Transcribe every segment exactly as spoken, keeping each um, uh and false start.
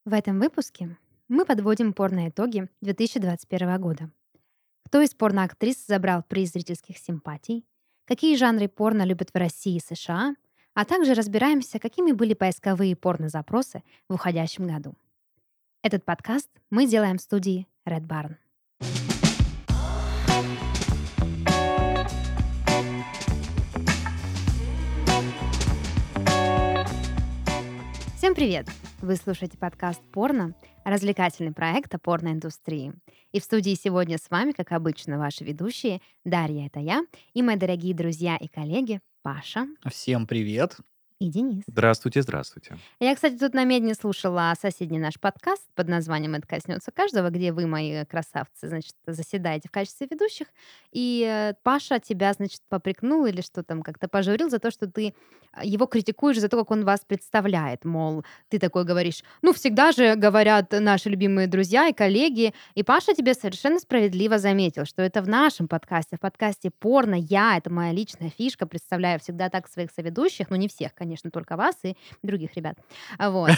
В этом выпуске мы подводим порно-итоги две тысячи двадцать первого года. Кто из порно-актрис забрал приз зрительских симпатий, какие жанры порно любят в России и США, а также разбираемся, какими были поисковые порно-запросы в уходящем году. Этот подкаст мы делаем в студии Red Barn. Всем привет! Вы слушаете подкаст «Порно», развлекательный проект о порноиндустрии. И в студии сегодня с вами, как обычно, ваши ведущие Дарья, это я, и мои дорогие друзья и коллеги Паша Всем привет. и Денис. Здравствуйте, здравствуйте. Я, кстати, тут на медне слушала соседний наш подкаст под названием «Это коснется каждого», где вы, мои красавцы, значит, заседаете в качестве ведущих. И э, Паша тебя, значит, попрекнул или что там, как-то пожурил за то, что ты его критикуешь за то, как он вас представляет. Мол, ты такой говоришь, ну, всегда же говорят наши любимые друзья и коллеги. И Паша тебе совершенно справедливо заметил, что это в нашем подкасте, в подкасте «Порно» я, это моя личная фишка, представляю всегда так своих соведущих, ну, не всех, конечно, только вас и других ребят. Вот.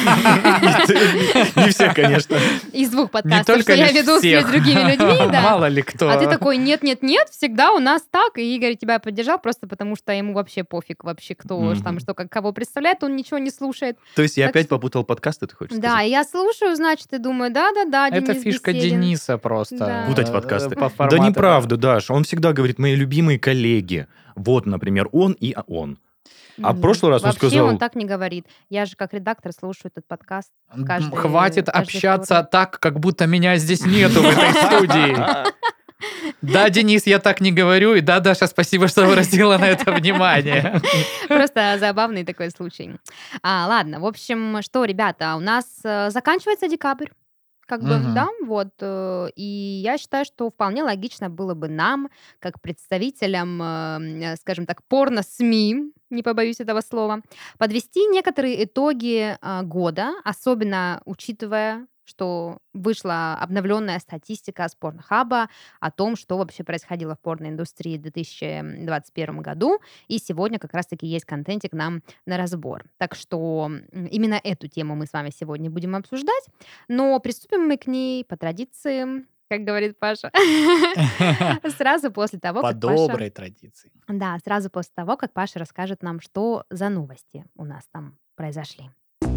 Не все, конечно. Из двух Не подкастов, только что я лишь веду с всех. другими людьми, да. Мало ли кто. А ты такой, нет-нет-нет, всегда у нас так. И Игорь тебя поддержал просто потому, что ему вообще пофиг вообще, кто Мгм. там что, как, кого представляет, он ничего не слушает. То есть я Так опять что- попутал подкасты, ты хочешь Да, сказать? и я слушаю, значит, и думаю, да-да-да, Это Денис фишка беседен. Дениса просто. Да. Путать э, подкасты. по Да формату. неправда, Даш. Он всегда говорит, мои любимые коллеги. Вот, например, он и он. А в Нет, прошлый раз он вообще сказал- он так не говорит. Я же как редактор слушаю этот подкаст. М, каждый- Хватит каждый общаться вторник. так, как будто меня здесь нету в этой студии. Да, Денис, я так не говорю. И да, Даша, спасибо, что обратила на это внимание. Просто забавный такой случай. А, ладно, в общем, что, ребята, у нас э, заканчивается декабрь. Как бы, Мгм. да, вот. э, И я считаю, что вполне логично было бы нам, как представителям, э, м, скажем так, порно-СМИ, не побоюсь этого слова, подвести некоторые итоги а, года, особенно учитывая, что вышла обновленная статистика с Порнхаба о том, что вообще происходило в порноиндустрии в две тысячи двадцать первом году. И сегодня как раз-таки есть контентик нам на разбор. Так что м, именно эту тему мы с вами сегодня будем обсуждать. Но приступим мы к ней по традиции, как говорит Паша, сразу после того, По как Паша... доброй традиции. Да, сразу после того, как Паша расскажет нам, что за новости у нас там произошли.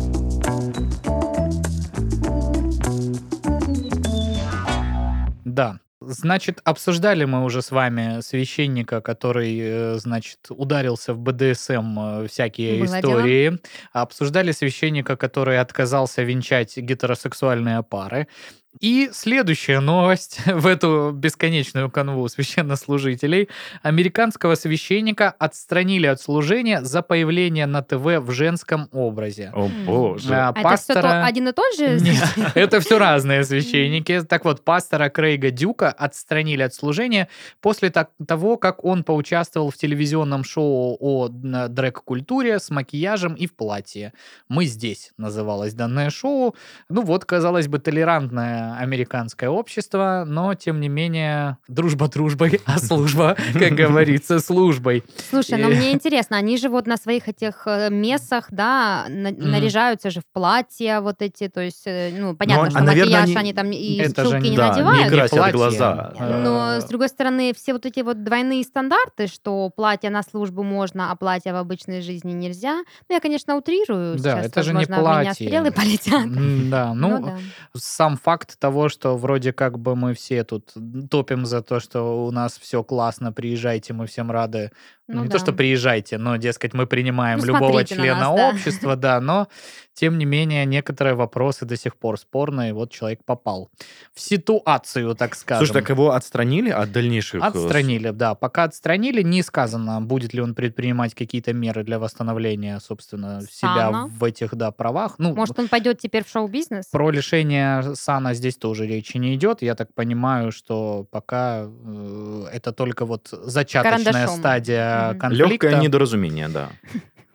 Да. Значит, обсуждали мы уже с вами священника, который, э, значит, ударился в БДСМ, э, всякие Было дело. истории. Обсуждали священника, который отказался венчать гетеросексуальные пары. И следующая новость в эту бесконечную канву священнослужителей. Американского священника отстранили от служения за появление на ТВ в женском образе. О, М. боже. А, А это все пастора- один и тот же? Нет, это все разные священники. Так вот, пастора Крейга Дюка отстранили от служения после так- того, как он поучаствовал в телевизионном шоу о н- дрэг-культуре с макияжем и в платье. «Мы здесь» называлось данное шоу. Ну вот, казалось бы, толерантное американское общество, но, тем не менее, дружба дружбой, а служба, как говорится, службой. Слушай, ну И- мне интересно, они же вот на своих этих э, мессах, да, на- Мгм. наряжаются же в платья вот эти, то есть, э, ну, понятно, а, что наверное, макияж они- они там и Это же шелки не- не Да, надевают. не красят платье. глаза. Но, Э, с другой стороны, все вот эти вот двойные стандарты, что платье на службу можно, а платье в обычной жизни нельзя. Ну, я, конечно, утрирую. Да, Сейчас, это же не возможно, в меня платье. стрелы полетят. М, Да, Ну ну, да. сам факт того, что вроде как бы мы все тут топим за то, что у нас все классно, приезжайте, мы всем рады. Ну не да. то, что приезжайте, но, дескать, мы принимаем Ну, любого смотрите на члена нас, да. общества, да, но, тем не менее, некоторые вопросы до сих пор спорные, вот человек попал в ситуацию, так скажем. Слушай, так его отстранили от дальнейших... э, Отстранили, да. Пока отстранили, не сказано, будет ли он предпринимать какие-то меры для восстановления, собственно, себя Сана. в этих, да, правах. Ну, Может, он пойдет теперь в шоу-бизнес? про лишение сана здесь тоже речи не идет. Я так понимаю, что пока э, это только вот зачаточная Карандашом. стадия Мгм. конфликта. Легкое недоразумение, да.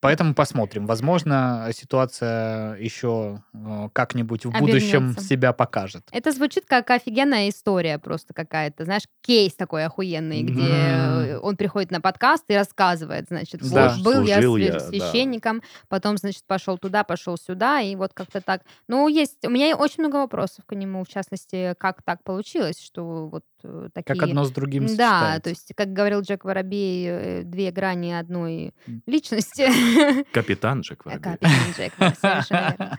Поэтому посмотрим. Возможно, ситуация еще э, как-нибудь в будущем Обернется. себя покажет. Это звучит как офигенная история просто какая-то. Знаешь, кейс такой охуенный, где э, он приходит на подкаст и рассказывает, значит, вот, Да. был я Служил свя- я, да. священником, потом, значит, пошел туда, пошел сюда, и вот как-то так. Ну, есть... У меня очень много вопросов к нему, в частности, как так получилось, что вот э, Как такие... одно с другим Да, то сочетается. есть, как говорил Джек Воробей, э, две грани одной М. личности. Капитан Джек Воробей. Капитан Джек, да, совершенно верно.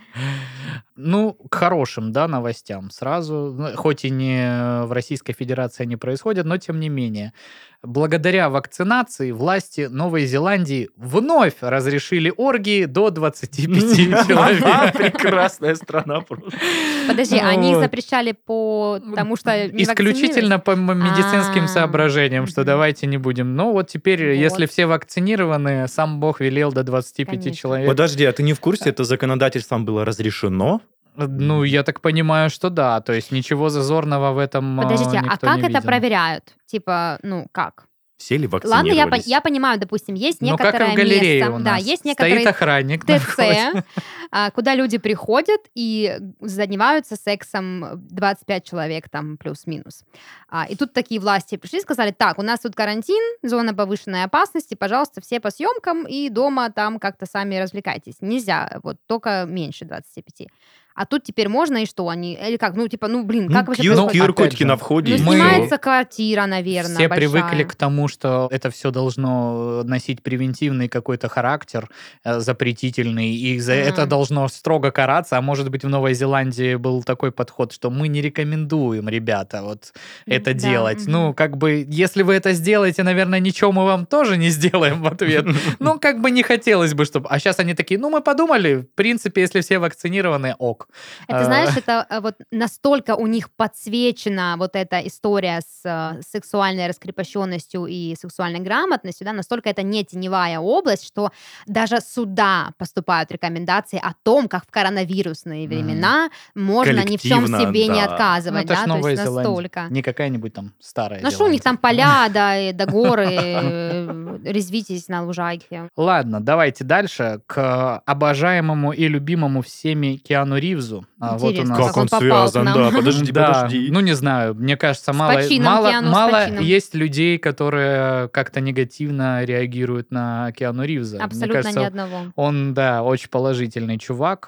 Ну, к хорошим, да, новостям сразу. Ну, хоть и не в Российской Федерации они происходят, но тем не менее. Благодаря вакцинации власти Новой Зеландии вновь разрешили оргии до двадцати пяти человек. Прекрасная страна просто. Подожди, они Вот. запрещали по тому, что не Исключительно по м- медицинским А, соображениям, что мгм. давайте не будем. Но вот теперь, Вот. если все вакцинированы, сам Бог велел до двадцати пяти Конечно. человек. Подожди, а ты не в курсе, это законодательством было разрешено? Ну, я так понимаю, что да. То есть ничего зазорного в этом а, Подождите, а никто как не это видел. проверяют? Типа, ну, как? Сели, Ладно, я, пон- вакцинировались. я понимаю, допустим, есть Ну, как и некоторое в галерее место, у да, нас. есть Стоит некоторые охранник. ТЦ, находится. а, куда люди приходят и занимаются сексом двадцать пять человек там плюс-минус. А, и тут такие власти пришли и сказали, так, у нас тут карантин, зона повышенной опасности, пожалуйста, все по съемкам и дома там как-то сами развлекайтесь. Нельзя, вот только меньше двадцати пяти. А тут теперь можно и что они? Или как? Ну, типа, ну, блин, Ну, как вообще кью- происходит? Q R Q R-кодики Опять же, на входе. Ну, и мы- снимается всё. квартира, наверное, Все большая. привыкли к тому, что это все должно носить превентивный какой-то характер, э, запретительный, и за это М. должно строго караться. А может быть, в Новой Зеландии был такой подход, что мы не рекомендуем, ребята, вот это Да, делать. мгм. Ну, как бы, если вы это сделаете, наверное, ничего мы вам тоже не сделаем в ответ. Ну, как бы не хотелось бы, чтобы... А сейчас они такие, ну, мы подумали, в принципе, если все вакцинированы, ок. Это, А, знаешь, это э, вот настолько у них подсвечена вот эта история с э, сексуальной раскрепощенностью и сексуальной грамотностью, да, настолько это не теневая область, что даже сюда поступают рекомендации о том, как в коронавирусные Мгм. времена можно ни в чем Коллективно, себе не да. Ну, отказывать, это ж да, то Новая есть Зеландия. настолько. Не какая-нибудь там старая Ну что у них там Зеландия. поля, да, и до горы, э, резвитесь на лужайке. Ладно, давайте дальше к обожаемому и любимому всеми Киану Ривзу. А, вот у Интересно, нас... Как он он попал к связан, нам. да, подожди, Да, подожди. ну не знаю, мне кажется, С мало, почином, мало, Киану, с мало почином. есть людей, которые как-то негативно реагируют на Киану Ривза. Мне Абсолютно кажется, ни одного. он, да, очень положительный чувак.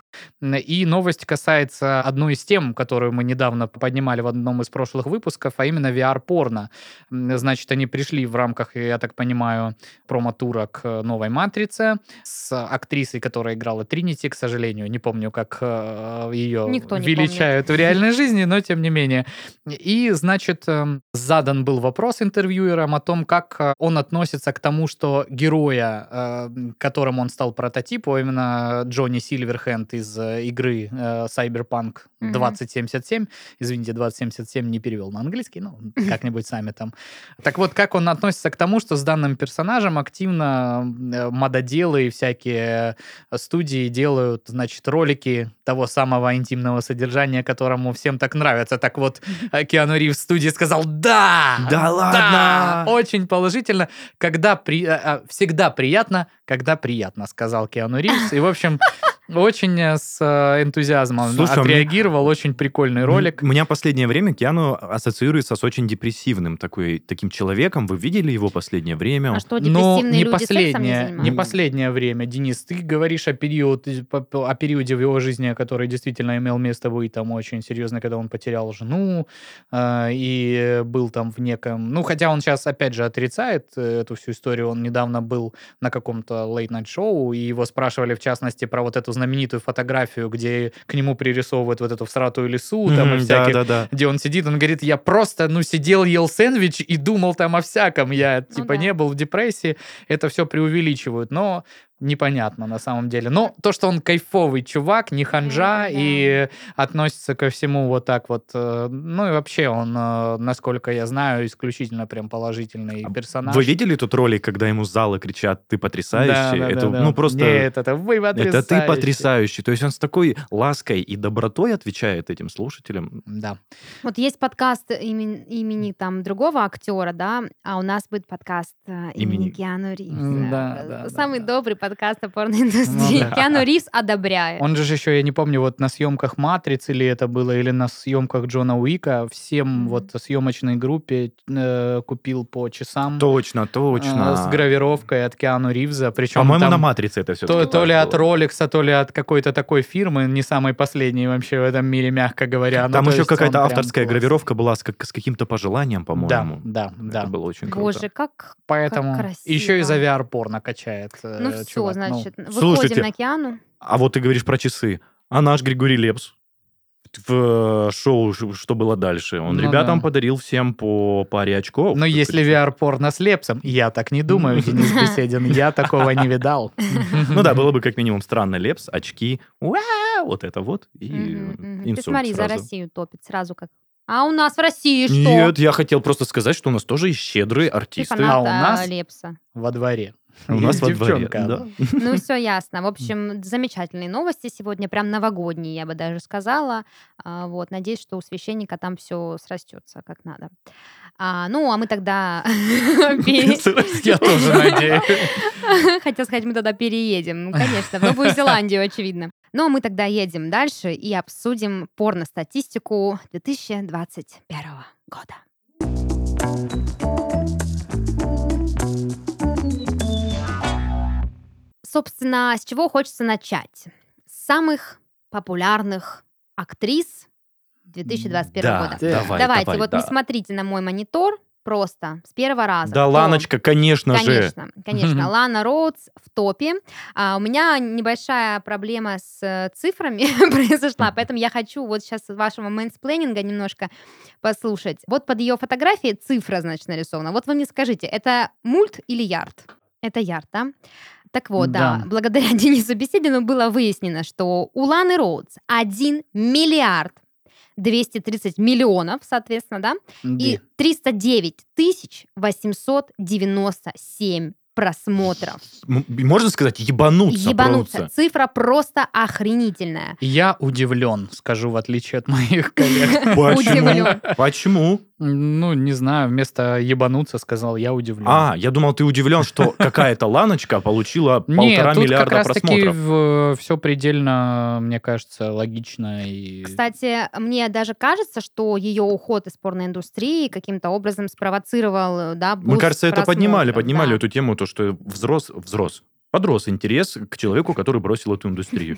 И новость касается одной из тем, которую мы недавно поднимали в одном из прошлых выпусков, а именно ви ар-порно. М, Значит, они пришли в рамках, я так понимаю, промо-тура к новой «Матрице» с актрисой, которая играла Тринити, к сожалению. Не помню, как э, ее Никто не величают в реальной жизни, но тем не менее. И, значит, эм, задан был вопрос интервьюерам о том, как э, он относится к тому, что героя, э, которым он стал прототипом, а именно Джонни Сильверхенд из э, игры э, Cyberpunk Мгм. двадцать семьдесят семь, извините, двадцать семьдесят семь не перевел на английский, ну, как-нибудь сами там. Так вот, как он относится к тому, что с данным персонажем активно э, мододелы и всякие студии делают, значит, ролики того самого интимного содержания, которому всем так нравится. Так вот, э, Киану Ривз в студии сказал «Да! Да ладно!» Очень положительно. Когда при... э, э, Всегда приятно, когда приятно, сказал Киану Ривз. И, в общем, очень э, с э, энтузиазмом Слушай, а мне- отреагировал. Очень прикольный ролик. У меня последнее время Киану ассоциируется с очень депрессивным такой, таким человеком. Вы видели его последнее время? А что, Но депрессивные не люди сексом не последнее, не занимаются? последнее время, Денис, ты говоришь о, период, о периоде в его жизни, который действительно имел место быть там очень серьезно, когда он потерял жену э, и был там в неком... Ну, хотя он сейчас, опять же, отрицает э, эту всю историю. Он недавно был на каком-то лейт-найт-шоу, и его спрашивали, в частности, про вот эту знаменитую фотографию, где к нему пририсовывают вот эту всратую лису, там, и Мгм, всяких да-да-да. где он сидит, он говорит, я просто, ну, сидел, ел сэндвич и думал там о всяком, я, Ну типа, да. не был в депрессии, это все преувеличивают, но непонятно на самом деле. Но то, что он кайфовый чувак, не ханжа, Это да. и относится ко всему вот так вот, э, ну, и вообще он, э, насколько я знаю, исключительно прям положительный персонаж. Вы видели тот ролик, когда ему с зала кричат «ты потрясающий»? Да, да, Это, да, да. ну, просто... Нет, это вы Это потрясающий. ты потрясающий. То есть он с такой лаской и добротой отвечает этим слушателям. Да. Вот есть подкаст имени, имени там другого актера, да, а у нас будет подкаст э, имени Имени- Киану Ривза. М, да, Э, да, да, Самый да. добрый подкаст подкаста порноиндустрии. Ну да. Киану Ривз одобряет. Он же еще, я не помню, вот на съемках «Матрицы» ли это было, или на съемках Джона Уика, всем Мгм. вот съемочной группе э, купил по часам Точно, э, точно. с гравировкой от Киану Ривза. Причем По-моему, на там «Матрице» это все то, то ли от Ролекса, то ли от какой-то такой фирмы, не самой последней вообще в этом мире, мягко говоря. Ну, Там то еще есть он какая-то прям авторская класс. гравировка была с, как- с каким-то пожеланием, Да, по-моему. да, Это да. было очень круто. Боже, как Поэтому красиво. еще и за ви ар-порно качает э, Ну все, чувак. Ну, значит, выходим Слушайте, на Киану. а вот ты говоришь про часы. А наш Григорий Лепс в э, шоу «Ш- «Что было дальше»? Он ну ребятам да. подарил всем по паре очков. Но если Причем- ви ар-порно с Лепсом, я так не думаю, Денис Беседин, я такого не видал. Ну да, было бы как минимум странно. Лепс, очки, уау, вот это вот, и Мгм, мгм. Ты инсульт смотри, за сразу. Россию топит сразу как. А у нас в России что? Нет, я хотел просто сказать, что у нас тоже есть щедрые Ты артисты. фанат А у а, нас? Лепса. Во дворе. У нас Есть во дворе, девчонка да. одна. Ну, все ясно. В общем, замечательные новости сегодня, прям новогодние, я бы даже сказала. А, Вот, надеюсь, что у священника там все срастется как надо. А, ну, а мы тогда... пере- Я тоже надеюсь. Хотел сказать, мы тогда переедем. Ну, конечно, в Новую Зеландию, очевидно. Но мы тогда едем дальше и обсудим порно-статистику две тысячи двадцать первого года. Собственно, с чего хочется начать? С самых популярных актрис две тысячи двадцать первого Да, года. давай, Давайте, давай, вот да. не смотрите на мой монитор просто с первого раза. Да, Кто? Ланочка, конечно же. Конечно, конечно. Лана Роудс в топе. А, у меня небольшая проблема с э, цифрами произошла, поэтому я хочу вот сейчас вашего мейнсплейнинга немножко послушать. Вот под ее фотографией цифра, значит, нарисована. Вот вы мне скажите, это мульт или ярд? Это ярд, да? Так вот, да, Да. благодаря Денису Беседину было выяснено, что у Ланы Роудс один миллиард двести тридцать миллионов, соответственно, да, и Ди. триста девять тысяч восемьсот девяносто семь просмотров. М- Можно сказать, ебануться, Ебануться. просто. Цифра просто охренительная. Я удивлен, скажу, в отличие от моих коллег. Удивлен. Почему? Почему? Ну, не знаю, вместо ебануться сказал, я удивлен. А, я думал, ты удивлен, что какая-то Ланочка получила Нет, полтора тут как миллиарда раз-таки просмотров. все предельно, мне кажется, логично. И... Кстати, мне даже кажется, что ее уход из порноиндустрии каким-то образом спровоцировал, да, Мы, буст кажется, это поднимали, просмотров, поднимали да. эту тему, то, что взрос, взрос, подрос интерес к человеку, который бросил эту индустрию.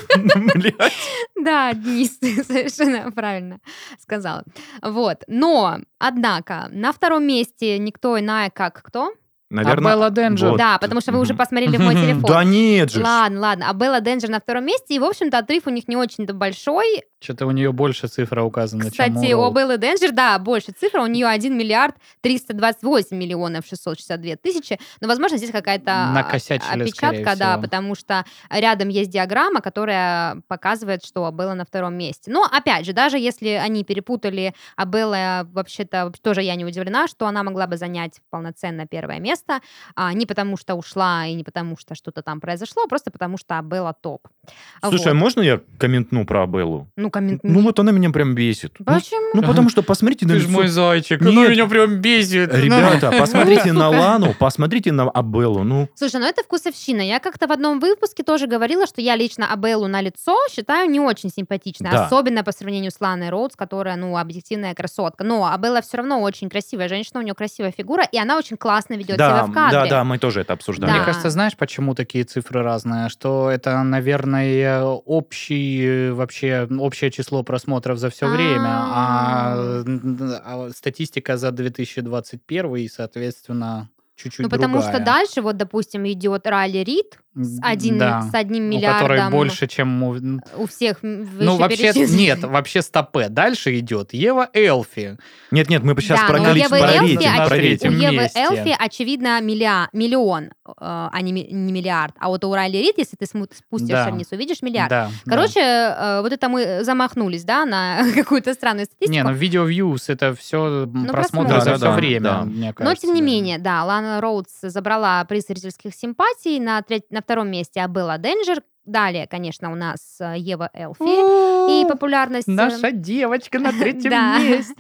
Блядь. Да, Денис, ты совершенно правильно сказала. Вот. Но, однако, на втором месте никто иная, как кто? Наверное, Белла Денджер. вот. Да, потому что вы уже Мгм. посмотрели в мой телефон. Да нет же. ж. Ладно, ладно. А Белла Денджер на втором месте, и, в общем-то, отрыв у них не очень-то большой. Что-то у нее больше цифра указана, чем Кстати, у у Роуд. Беллы Денджер, да, больше цифра, у нее один миллиард триста двадцать восемь миллионов шестьсот шестьдесят две тысячи, но, возможно, здесь какая-то Накосячили, опечатка, скорее да, всего. потому что рядом есть диаграмма, которая показывает, что Абелла на втором месте. Но, опять же, даже если они перепутали, Абелла, вообще-то, тоже я не удивлена, что она могла бы занять полноценно первое место, а, не потому что ушла и не потому что что-то там произошло, а просто потому что Абелла топ. Слушай, а Вот. можно я комментну про Беллу? Ну, коммент... Ну вот она меня прям бесит. Ну, Почему? Ну потому что посмотрите на Ты же лицо. мой зайчик, Нет. она меня прям бесит. Ребята, посмотрите на Лану, посмотрите на Абеллу. Ну, Слушай, ну это вкусовщина. Я как-то в одном выпуске тоже говорила, что я лично Абеллу на лицо считаю не очень симпатичной, Да. особенно по сравнению с Ланой Роудс, которая, ну, объективная красотка. Но Абелла все равно очень красивая женщина, у нее красивая фигура, и она очень классно ведет да, себя в кадре. да, да, мы тоже это обсуждали. Мне Да. кажется, знаешь, почему такие цифры разные? Что это, наверное, общий, э, вообще, общее число просмотров за все время, а, А. а статистика за две тысячи двадцать первый, соответственно, чуть-чуть Ну, потому другая. что дальше, вот, допустим, идет Райли Рид с, один, Да. с одним У которой миллиардом больше, чем... у- у всех м, Ну, вообще, вышеперечисленных. нет, вообще стопе. Дальше идет Ева Элфи. Нет, нет, мы сейчас Да, про но у количество, Евы про Элфи, рейтинг, на про очевидно, рейтинг. у третьем Евы месте. Элфи, очевидно, миллиа- миллион, э, а не, ми- не миллиард. А вот у Райли Рид, если ты сму- спустишься Да. вниз, увидишь миллиард. Да, да. Короче, э, вот это мы замахнулись, да, на какую-то странную статистику. Не, ну видео views это все Ну, просмотры просмотры. за Да, все да, время, да. мне Но, кажется. тем не да. менее, да, Лана Роудс забрала приз зрительских симпатий. На, треть- на втором месте Абелла Денджер. Далее, конечно, у нас э, Ева Элфи. И популярность... э, Наша девочка на третьем Да. месте.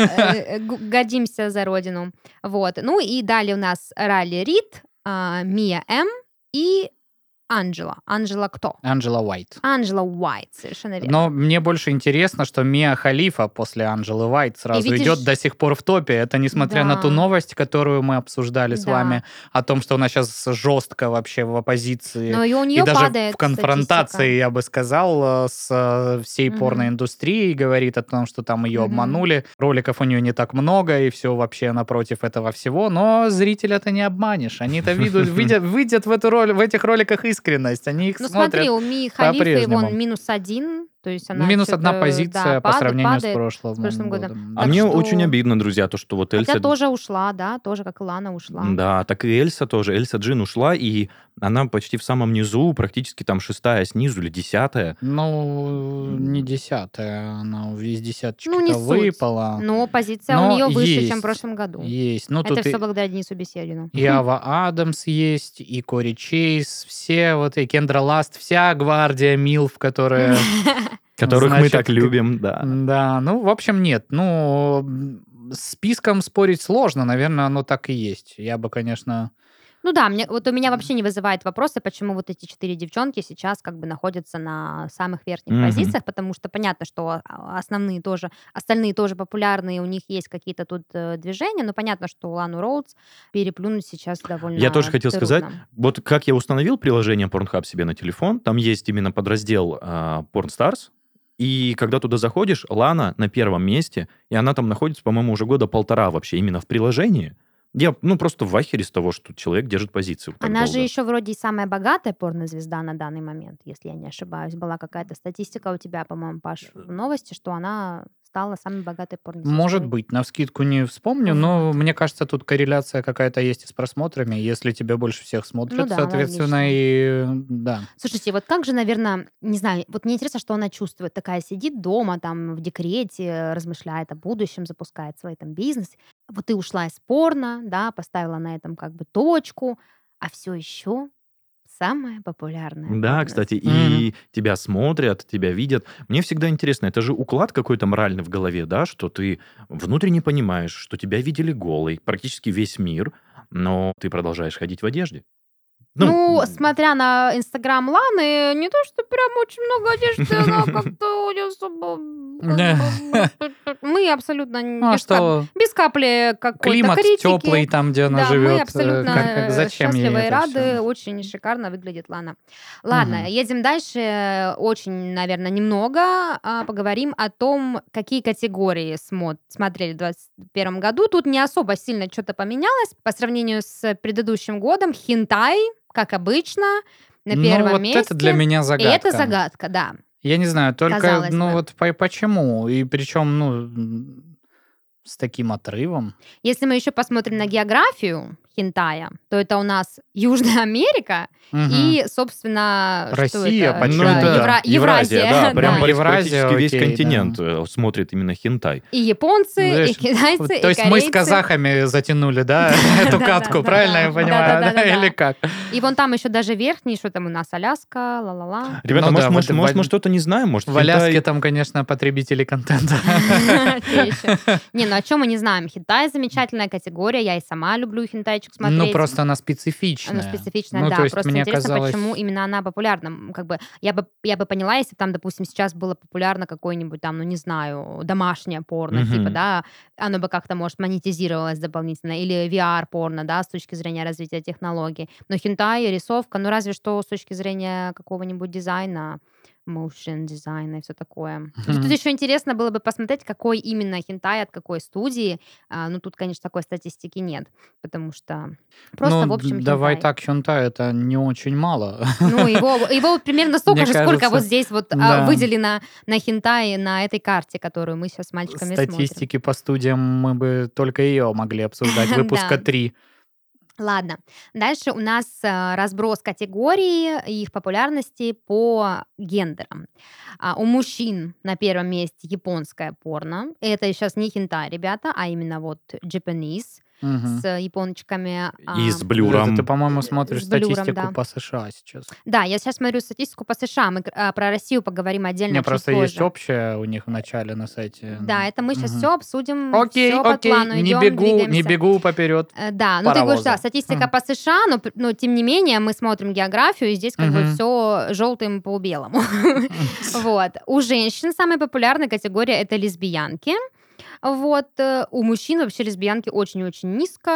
Э, г- Годимся за родину. Вот. Ну и далее у нас Райли Рид, а, Мия М. и Анджела. Анджела кто? Анджела Уайт. Анджела Уайт, совершенно верно. Но мне больше интересно, что Миа Халифа после Анджелы Уайт сразу видишь- идет до сих пор в топе. Это несмотря на ту Да. новость, которую мы обсуждали с Да. вами, о том, что она сейчас жестко вообще в оппозиции. Но и у И нее даже падает в конфронтации, статистика. я бы сказал, э, с э, всей Мгм. порноиндустрией, говорит о том, что там ее Мгм. обманули. Роликов у нее не так много, и все вообще напротив этого всего. Но зрителя-то не обманешь. Они-то видят, видят, видят в, эту роль, в этих роликах искренность. Они их Ну смотрят. смотри, у Мии Халифы по-прежнему. вон минус один, то есть она Минус чё-то, одна позиция да, по падает, сравнению падает с прошлым, с прошлым годом. годом. А Так мне что- очень обидно, друзья, то, что вот Эльса... Хотя тоже ушла, да, тоже как и Лана ушла. Да, так и Эльса тоже. Эльса Джин ушла, и она почти в самом низу, практически там шестая снизу или десятая. Ну, не десятая, она из десяточки-то Ну, не суть. выпала. Но позиция Но у нее выше, есть, чем в прошлом году. Есть. Ну, Это тут все и, благодаря Денису Беседину. и Ава Адамс есть, и Кори Чейз, все вот, и Кендра Ласт, вся гвардия Милф, которая... Которых мы Значит, так ты- любим, да. Да, ну, в общем, нет. Ну, м, с списком спорить сложно, наверное, оно так и есть. Я бы, конечно... Ну да, мне, вот у меня вообще не вызывает вопросы, почему вот эти четыре девчонки сейчас как бы находятся на самых верхних Мгм. позициях, потому что понятно, что а, основные тоже, остальные тоже популярные, у них есть какие-то тут э, движения, но понятно, что Лану Роудс переплюнуть сейчас довольно Я тоже хотел трудно. сказать, вот как я установил приложение Pornhub себе на телефон, там есть именно подраздел а, Pornstars, и когда туда заходишь, Лана на первом месте, и она там находится, по-моему, уже года полтора вообще именно в приложении. Я, ну, просто в ахере с того, что человек держит позицию так Она же долго. еще вроде и самая богатая порнозвезда на данный момент, если я не ошибаюсь. Была какая-то статистика у тебя, по-моему, Паш, в новости, что она стала самой богатой порнозвездой. Может быть, навскидку не вспомню, но Вот. мне кажется, тут корреляция какая-то есть и с просмотрами. Если тебя больше всех смотрят, Ну да, соответственно, логично. и да. Слушайте, вот как же, наверное, не знаю, вот мне интересно, что она чувствует. Такая сидит дома, там, в декрете, размышляет о будущем, запускает свой там бизнес. Вот ты ушла из порно, да, поставила на этом как бы точку, а все еще самая популярная Да, порно- кстати, Мгм. и тебя смотрят, тебя видят. Мне всегда интересно, это же уклад какой-то моральный в голове, да, что ты внутренне понимаешь, что тебя видели голой, практически весь мир, но ты продолжаешь ходить в одежде. Ну, смотря на Инстаграм Ланы, не то, что прям очень много одежды, она как-то не особо... как бы, Мы абсолютно Ну, а без, кап- что, без капли какой-то климат критики. теплый там, где она Да, живет. мы э, абсолютно как- как- э, зачем ей счастливы и это рады. всё? Очень шикарно выглядит Лана. Ладно, Мгм. едем дальше. Очень, наверное, немного а, поговорим о том, какие категории смо- смотрели в двадцать первом году. Тут не особо сильно что-то поменялось по сравнению с предыдущим годом. Хинтай, как обычно, на Ну, первом вот месте. это для меня И загадка. это загадка, да. Я не знаю, только, Казалось ну бы. вот по- почему? И причем, ну, м, с таким отрывом. Если мы еще посмотрим на географию хинтая, то это у нас Южная Америка Мгм. и, собственно, что Россия, это? почему? Ну, Да, это Евра- Евразия, да, прям Да. практически Евразия, весь окей, континент да. э, смотрит именно хентай. И японцы, и Знаешь, китайцы, Вот, и то есть мы с корейцы. казахами затянули, да, эту Да, катку, да, правильно да, я да, понимаю, да, да, да, или да. как? И вон там еще даже верхний, что там у нас, Аляска, ла-ла-ла. Ребята, Ну может, да, может, вот может, в- мы что-то не знаем, может, В Аляске хентай- там, конечно, потребители контента. Те еще. Не, ну о чем мы не знаем? Хентай замечательная категория, я и сама люблю хентайчик смотреть. Ну, просто она специфичная. Она специфичная, Ну, да. то есть Просто мне интересно, казалось- почему именно она популярна. М, Как бы я бы я бы поняла, если бы там, допустим, сейчас было популярно какое-нибудь там, ну не знаю, домашнее порно, Мгм. типа, да, оно бы как-то, может, монетизировалось дополнительно, или ви ар-порно, да, с точки зрения развития технологий. Но хентай, рисовка, ну разве что с точки зрения какого-нибудь дизайна, motion дизайна и все такое. И Мгм. Тут еще интересно было бы посмотреть, какой именно хентай, от какой студии. А, ну, тут, конечно, такой статистики нет, потому что просто, Ну, в общем, давай хентай. так, хентай это не очень мало. Ну, его, его вот примерно столько Мне же, сколько кажется, вот здесь вот а, да. выделено на хентай на этой карте, которую мы сейчас с мальчиками смотрим. Статистики по студиям мы бы только ее могли обсуждать. Выпуска Да. три. Ладно, дальше у нас а, разброс категорий и их популярности по гендерам. А, у мужчин на первом месте японское порно. Это сейчас не хентай, ребята, а именно вот Japanese. Мгм. с япончиками. И а, с блюром. Это ты, по-моему, смотришь с блюром, статистику да. по США сейчас. Да, я сейчас смотрю статистику по США. Мы а, про Россию поговорим отдельно Не, чуть просто есть позже. общее у них в начале на сайте. Да, это мы сейчас Мгм. все обсудим, Окей, все по окей, плану не идем, бегу, не двигаемся. бегу поперед Э, Да, ну ты говоришь, да, паровоза. статистика Хм. по США, но, п- но тем не менее мы смотрим географию, и здесь как бы Мгм. все желтым по белому. Вот. У женщин самая популярная категория это лесбиянки. Вот. э, У мужчин вообще лесбиянки очень-очень низко.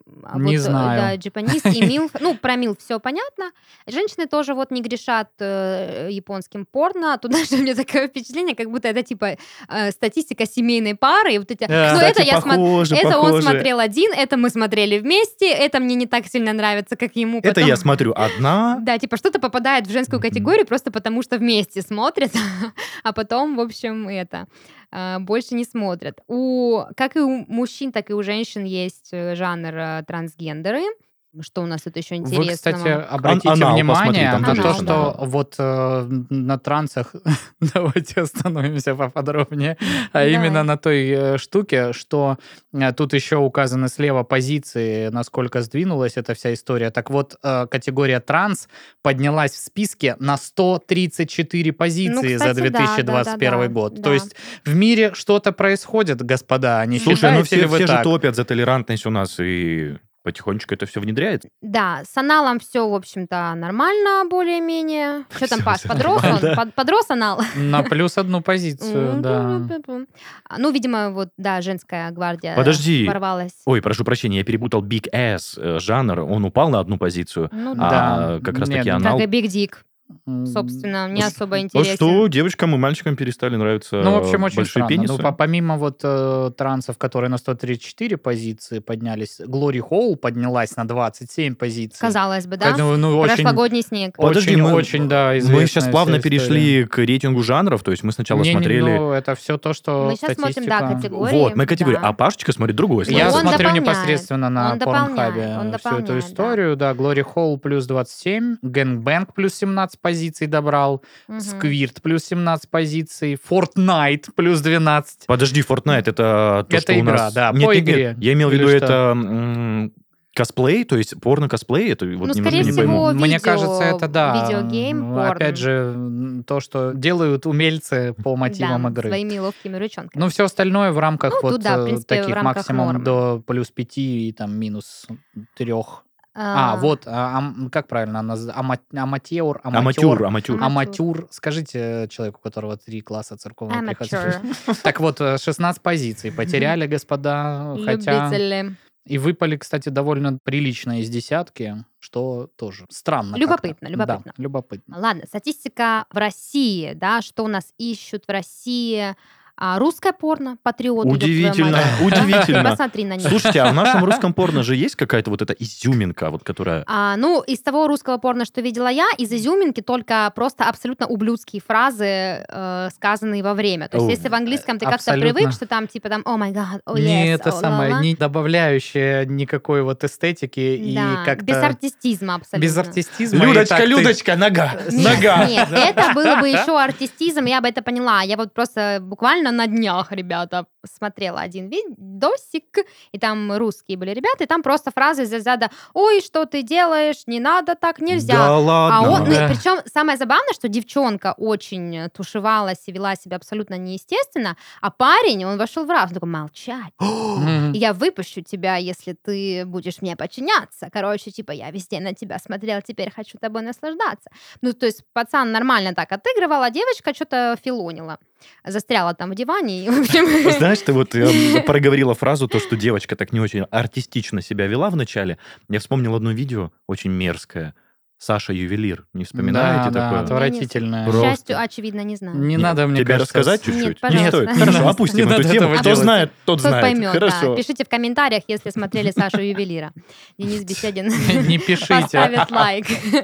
А Не Вот, э, да, знаю. джапанис и милф. Ну, про милф все понятно. Женщины тоже вот не грешат э, японским порно. Тут даже у меня такое впечатление, как будто это типа э, статистика семейной пары. И вот эти, Да. ну, Кстати, это я смотрю. похоже, Это он похоже. смотрел один, это мы смотрели вместе, это мне не так сильно нравится, как ему. Это потом- я смотрю одна. Да, типа что-то попадает в женскую Мгм. категорию просто потому, что вместе смотрят, а потом, в общем, это э, больше не смотрят. У, как и у мужчин, так и у женщин есть э, жанр э, трансгендеры. Что у нас тут еще Вы, интересного? кстати, обратите анал, посмотри, внимание там на тоже то, есть, что да. вот э, на трансах, давайте остановимся поподробнее, а Давай. именно на той э, штуке, что э, тут еще указаны слева позиции, насколько сдвинулась эта вся история. Так вот, э, категория транс поднялась в списке на сто тридцать четыре позиции за Ну, кстати, да, две тысячи двадцать первый да-да-да, год. То да. есть в мире что-то происходит, господа, не Слушай, ну считаете все, ли вы все же так? топят за толерантность у нас, и потихонечку это все внедряется. Да, с аналом все, в общем-то, нормально, более-менее. Что там, Всё, Паш, всё подрос он? нормально. Под- Подрос анал? На плюс одну позицию, М, да. пу-пу-пу-пу. А, Ну, видимо, вот, да, женская гвардия Подожди. ворвалась. Ой, прошу прощения, я перепутал Big Ass э, жанр, он упал на одну позицию, Ну Да. а как раз Нет, таки ну, анал. Как и Big Dick, М, собственно, не Ну, особо Вот интересен. что, девочкам и мальчикам перестали нравиться Ну, в общем, очень большие странно. пенисы. Ну, по- помимо вот э, трансов, которые на сто тридцать четыре позиции поднялись, Глори Холл поднялась на двадцать семь позиций. Казалось бы, да? Ну, ну, очень, Прошлогодний снег. Подожди, очень, мы- очень, да, Мы известная сейчас вся плавно история. перешли к рейтингу жанров, то есть мы сначала Не, не, смотрели... ну, это все то, что Мы сейчас смотрим, да, статистика. категории. Вот, мы категорию, да. а Пашечка смотрит другой Ну, Я он слайд. смотрю дополняет, непосредственно на он дополняет, Порнхабе он всю эту дополняет, да. историю. Да, Глори Холл плюс двадцать семь, Гэнгбэнг плюс семнадцать позиций добрал, Мгм. Сквирт плюс семнадцать позиций, Fortnite плюс двенадцать. Подожди, Fortnite, это то, Это что у игра, нас... да, Нет, по нет, нет, игре. я имел в Или виду что? это м, косплей, то есть порно-косплей, это вот Ну, немножко скорее не всего, пойму. Мне видео- кажется, это да. видеогейм, М, порн. Опять же, м, то, что делают умельцы по мотивам Да, игры. своими ловкими ручонками. Ну, все остальное в рамках Ну, вот тут, да, в э, принципе, в таких рамках максимум нормы. до плюс пяти и там минус трех. А, вот, а, ам- как правильно, она наз- ама- аматеур, Аматюр, аматер, аматюр. Ама- аматюр. Скажите человеку, у которого три класса церковного прихода. Amateur. Так вот, э, шестнадцать позиций потеряли, господа, хотя... Любители. И выпали, кстати, довольно прилично из десятки, что тоже странно. Любопытно, как-то. любопытно. Да, любопытно. Ладно, статистика в России, да, что у нас ищут в России. А, русское порно, патриот. ёб твою Удивительно, мать. удивительно. Посмотри на них. Слушайте, а в нашем русском порно же есть какая-то вот эта изюминка, вот которая... А, ну, из того русского порно, что видела я, из изюминки только просто абсолютно ублюдские фразы, э, сказанные во время. То есть, О, если в английском ты как-то абсолютно. привык, что там типа там, о май гад, о не yes, это о самое, ла-ла». не добавляющее никакой вот эстетики и Да, как-то... без артистизма абсолютно. Без артистизма. и Людочка, так ты- Людочка, нога, Нет, нога. нет, это было бы еще артистизм, я бы это поняла. Я вот просто буквально на днях, ребята, смотрела один видосик, и там русские были ребята, и там просто фразы из ряда «Ой, что ты делаешь? Не надо так, нельзя». Да А ладно. он, ну, Да. причем самое забавное, что девчонка очень тушевалась и вела себя абсолютно неестественно, а парень, он вошел в раз, он такой, молчать. Мгм. Я выпущу тебя, если ты будешь мне подчиняться. Короче, типа, я везде на тебя смотрел, теперь хочу тобой наслаждаться. Ну, то есть пацан нормально так отыгрывал, а девочка что-то филонила. Застряла там в диване, и, в общем... Знаешь, ты вот э, проговорила фразу, то, что девочка так не очень артистично себя вела в начале. Я вспомнил одно видео, очень мерзкое. Саша Ювелир. Не вспоминаете Да, да, такое? отвратительное. К Просто. счастью, очевидно, не знаю. Не Нет, надо, мне тебе кажется, рассказать с- чуть-чуть? Нет, Не пожалуйста. стоит. Хорошо, Пожалуйста. опустим Не эту надо тему. этого Кто делать. знает, тот Кто знает. поймет, да. Хорошо. Пишите в комментариях, если смотрели Сашу Ювелира. Денис Беседин Не пишите. поставит лайк.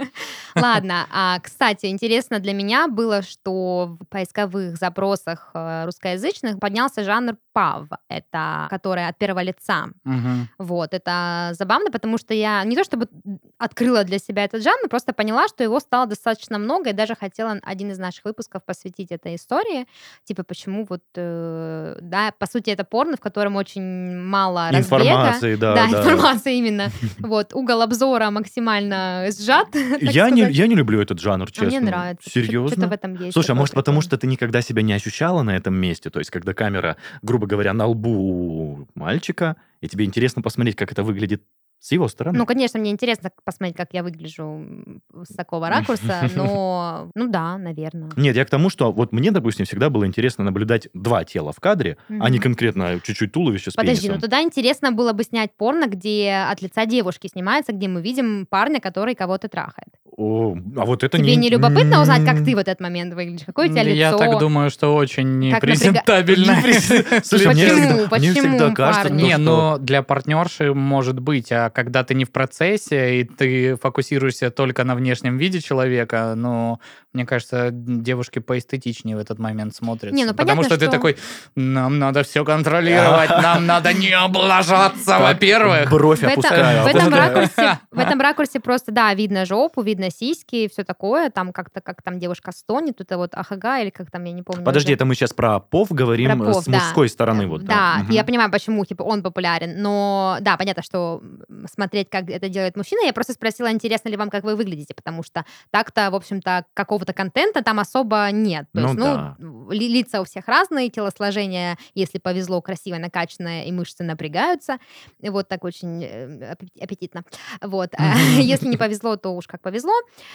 Ладно, а, кстати, интересно для меня было, что в поисковых запросах э, русскоязычных поднялся жанр пав, это которая от первого лица. Мгм. Вот, это забавно, потому что я не то чтобы открыла для себя этот жанр, порно, просто поняла, что его стало достаточно много, и даже хотела один из наших выпусков посвятить этой истории. Типа, почему вот, э, да, по сути, это порно, в котором очень мало разбега. Информации, да, Да, да. информация именно. Вот, угол обзора максимально сжат, так Я не, сказать. я не люблю этот жанр, А честно. мне нравится. Серьезно? Что-то в этом есть. Слушай, а такое может потому, прикольное. что ты никогда себя не ощущала на этом месте? То есть, когда камера, грубо говоря, на лбу у мальчика, и тебе интересно посмотреть, как это выглядит с его стороны? Ну, конечно, мне интересно посмотреть, как я выгляжу м, с такого ракурса, но, ну да, наверное. Нет, я к тому, что вот мне, допустим, всегда было интересно наблюдать два тела в кадре, а не Мгм. конкретно чуть-чуть туловище с Подожди, ну пенисом. тогда интересно было бы снять порно, где от лица девушки снимается, где мы видим парня, который кого-то трахает. О, а вот это Тебе не... не любопытно узнать, как М, ты в этот момент выглядишь? Какое у тебя Я так лицо? думаю, что очень Как напряга- непрезентабельно. Слушай, мне Почему? всегда, мне Почему, всегда кажется, парни? то, Не, что... ну для партнерши может быть, а когда ты не в процессе и ты фокусируешься только на внешнем виде человека, ну, мне кажется, девушки поэстетичнее в этот момент смотрятся. Не, ну Потому понятно, что ты что- такой, нам надо все контролировать, нам надо не облажаться, Так, во-первых. Бровь В этом, опускаю. в, этом опускаю. ракурсе, в этом ракурсе просто, да, видно жопу, видно сиськи и все такое. Там как-то, как там девушка стонет, это вот ахага, или как там, я не помню. Подожди, уже. это мы сейчас про пов говорим Про э, пов, с да. мужской стороны. Э, Вот, Да, Мгм. я понимаю, почему типа он популярен, но да, понятно, что м, смотреть, как это делает мужчина, я просто спросила, интересно ли вам, как вы выглядите, потому что так-то, в общем-то, какого-то контента там особо нет. То Ну есть, да. ну, ли- лица у всех разные, телосложение, если повезло, красивое, накачанное, и мышцы напрягаются, и вот так очень э, аппе- аппетитно. Вот. А Если не повезло, то уж как повезло.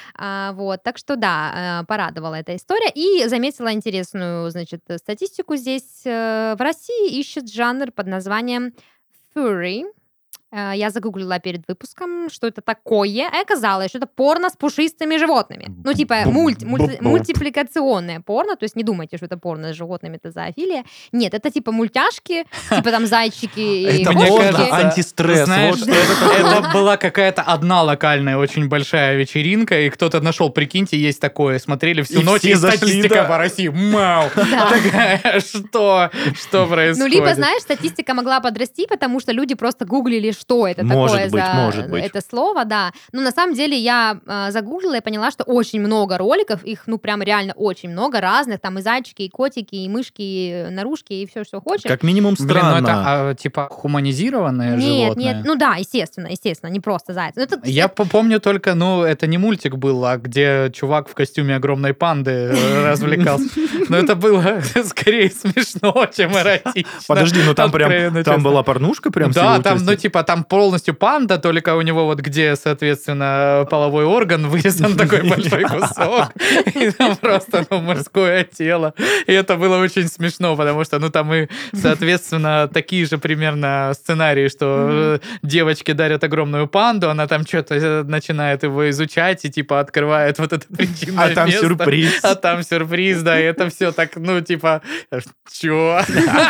А, Вот. Так что да, э, порадовала эта история. И заметила интересную, значит, э, статистику здесь. э, В России ищет жанр под названием furry. Э, Я загуглила перед выпуском, что это такое, и оказалось, что это порно с пушистыми животными. Ну, типа мульти- мульти- мультипликационное порно, то есть не думайте, что это порно с животными, это зоофилия. Нет, это типа мультяшки, типа там зайчики и Это Мне можно кошки. кажется, антистресс. Знаешь, Вот что это, это была какая-то одна локальная очень большая вечеринка, и кто-то нашел, прикиньте, есть такое, смотрели всю И ночь, все и зашли, статистика да. по России. Мау! Да. Такая, что? Что происходит? Ну, либо, знаешь, статистика могла подрасти, потому что люди просто гуглили, что это Может такое быть, за может быть. это слово, да. Но на самом деле я э, загуглила и поняла, что очень много роликов, их, ну, прям реально очень много разных, там и зайчики, и котики, и мышки, и наружки, и все, что хочешь. Как минимум Блин, ну странно. это а, типа хуманизированное Нет, животное? нет, ну да, естественно, естественно, не просто заяц. Ну, это- Я по- помню только, ну, это не мультик был, а где чувак в костюме огромной панды э, развлекался. Но это было скорее смешно, чем эротично. Подожди, ну там прям Откровенно, там честно. была порнушка прям с Да, его там, ну, участием? типа, там полностью панда, только у него вот где, соответственно, половой орган вырезан такой большой кусок, и там просто, ну, мужское тело. И это было очень смешно, потому что, ну, там и, соответственно, такие же примерно сценарии, что э, девочке дарят огромную панду, она там что-то начинает его изучать и, типа, открывает вот это причинное А там место. сюрприз. А там сюрприз, да, и это все так, ну, типа, чё?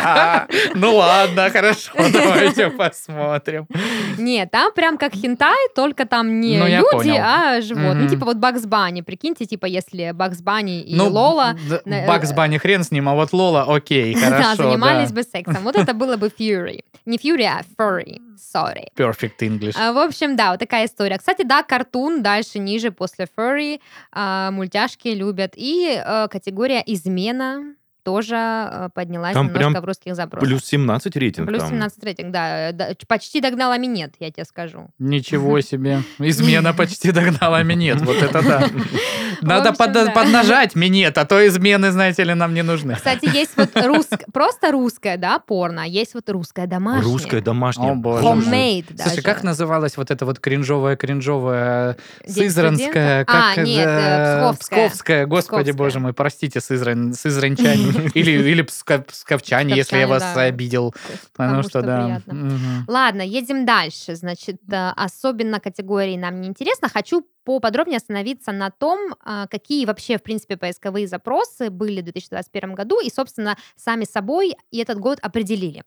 Ну ладно, хорошо, давайте посмотрим. Нет, там прям как хентай, только там не Ну, я люди, понял. а животные. Ну, Мгм. типа вот Бакс Банни, прикиньте, типа если Бакс Банни и Ну, Лола д- на- Бакс Банни хрен с ним, а вот Лола окей, да, хорошо, занимались да. бы сексом. Вот это было бы Fury. Не Fury, а Furry. Sorry. Perfect English. А, В общем, да, вот такая история. Кстати, да, картун дальше, ниже, после Furry, а, мультяшки любят. И э, категория измена тоже э, поднялась Там немножко прям в русских запросах. Плюс семнадцать рейтинг Плюс там. семнадцать рейтинг, да, да, ч- почти догнала минет, я тебе скажу. Ничего себе. Измена почти догнала минет, вот это да. Надо общем, под- да. поднажать минет, а то измены, знаете ли, нам не нужны. Кстати, есть вот русское, просто русское, да, порно, а есть вот русское домашнее. Русское домашнее. О, боже. Homemade даже. Слушай, как называлась вот эта вот кринжовая-кринжовая День Сызранская, студента? как А, нет, это, э, Псковская. Псковская, господи Псковская. боже мой, простите, Сызрань, сызранчане, или, или пска- псковчане, если я Псковчане, вас да. обидел, потому Кому что, что да. приятно. Мгм. Ладно, едем дальше. Значит, э, особенно категории нам не интересно. Хочу поподробнее остановиться на том, а, какие вообще, в принципе, поисковые запросы были в две тысячи двадцать первом году и, собственно, сами собой и этот год определили.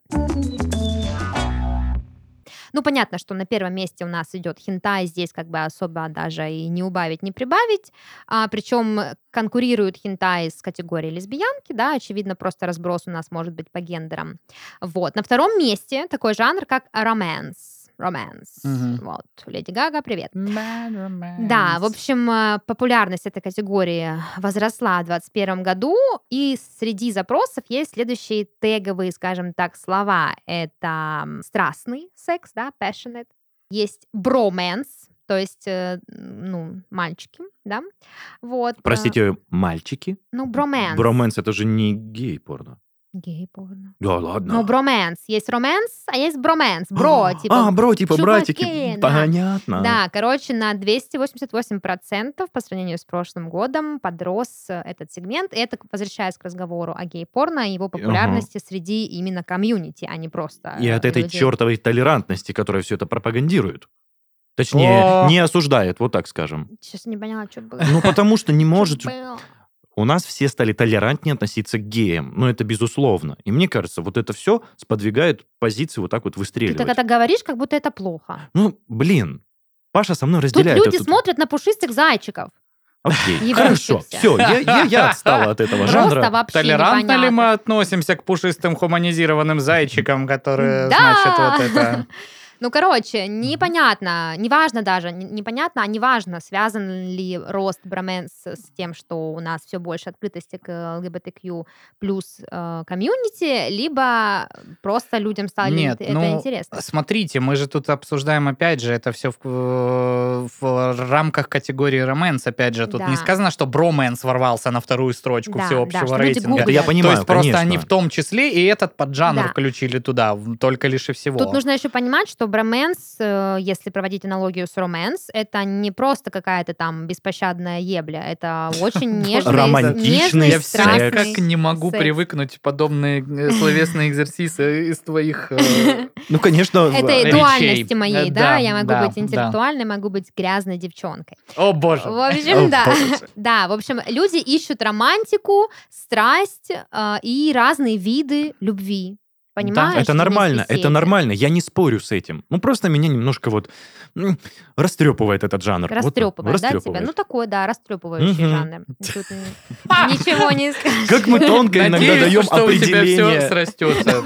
Ну, понятно, что на первом месте у нас идет хентай, здесь как бы особо даже и не убавить, не прибавить. А, причем конкурируют хентай с категорией лесбиянки, да, очевидно, просто разброс у нас может быть по гендерам. Вот. На втором месте такой жанр, как романс. romance. Мгм. Вот, Леди Гага, привет. Bad Да, в romance. общем, э, популярность этой категории возросла в двадцать первом году, и среди запросов есть следующие теговые, скажем так, слова. Это м, страстный секс, да, passionate. Есть bromance, то есть, э, ну, мальчики, да. Вот. э, Простите, мальчики? Ну, bromance. Броманс — это же не гей-порно. Гей-порно. Да Ну, ладно. bromance. Есть romance, а есть bromance. Бро, А, типа, бро, типа братики. чуваки, да. Понятно. Да, короче, на двести восемьдесят восемь процентов по сравнению с прошлым годом подрос э, этот сегмент. И это, к- возвращаясь к разговору о гей-порно и его популярности среди именно комьюнити, а не просто И от э, этой людей. чертовой толерантности, которая все это пропагандирует. Точнее, О. не осуждает, вот так скажем. Сейчас не поняла, что было. Ну, потому что не Чё может... было? У нас все стали толерантнее относиться к геям. Ну, это безусловно. И мне кажется, вот это все сподвигает позиции вот так вот Ты выстреливать. так это говоришь, как будто это плохо. Ну, блин, Паша со мной Тут разделяет люди эту- смотрят на пушистых зайчиков. Окей, и хорошо, врущихся. все, я, я, я отстала от этого Просто жанра. вообще Толерантно ли непонятно. мы относимся к пушистым хуманизированным зайчикам, которые, Да! значит, вот это... Ну, короче, непонятно, неважно даже, н- непонятно, а неважно, связан ли рост броменс с тем, что у нас все больше открытости к ЛГБТК плюс э, комьюнити, либо просто людям стали Нет, это, это ну, интересно. смотрите, мы же тут обсуждаем, опять же, это все в, э, в рамках категории романс, опять же. Тут Да. не сказано, что броманс ворвался на вторую строчку Да, всеобщего да, что люди рейтинга. Это я гуглят. понимаю, То есть просто конечно. они в том числе и этот поджанр Да. включили туда, в- только лишь и всего. Тут нужно еще понимать, что броменс, э, если проводить аналогию с романс, это не просто какая-то там беспощадная ебля, это очень нежный, Романтичный нежный, Я все страстный никак не могу секс. привыкнуть подобные э, словесные экзерсисы из твоих... э, Ну, конечно, в- Это речей. дуальности моей, Э, да? да, Я могу да, быть да. интеллектуальной, могу быть грязной девчонкой. О, боже. В общем, О, да. боже. Да, в общем, люди ищут романтику, страсть э, и разные виды любви. Понимаешь? это вместе нормально, с этим? это нормально, я не спорю с этим. Ну, просто меня немножко вот м, растрепывает этот жанр. Вот, Растрепывает, да, тебя? растрепывает. Ну, такой, да, растрепывающий Мгм. жанр. Тут н- ничего не скажешь. Как мы тонко иногда Надеюсь, даем что у тебя все определение, срастется.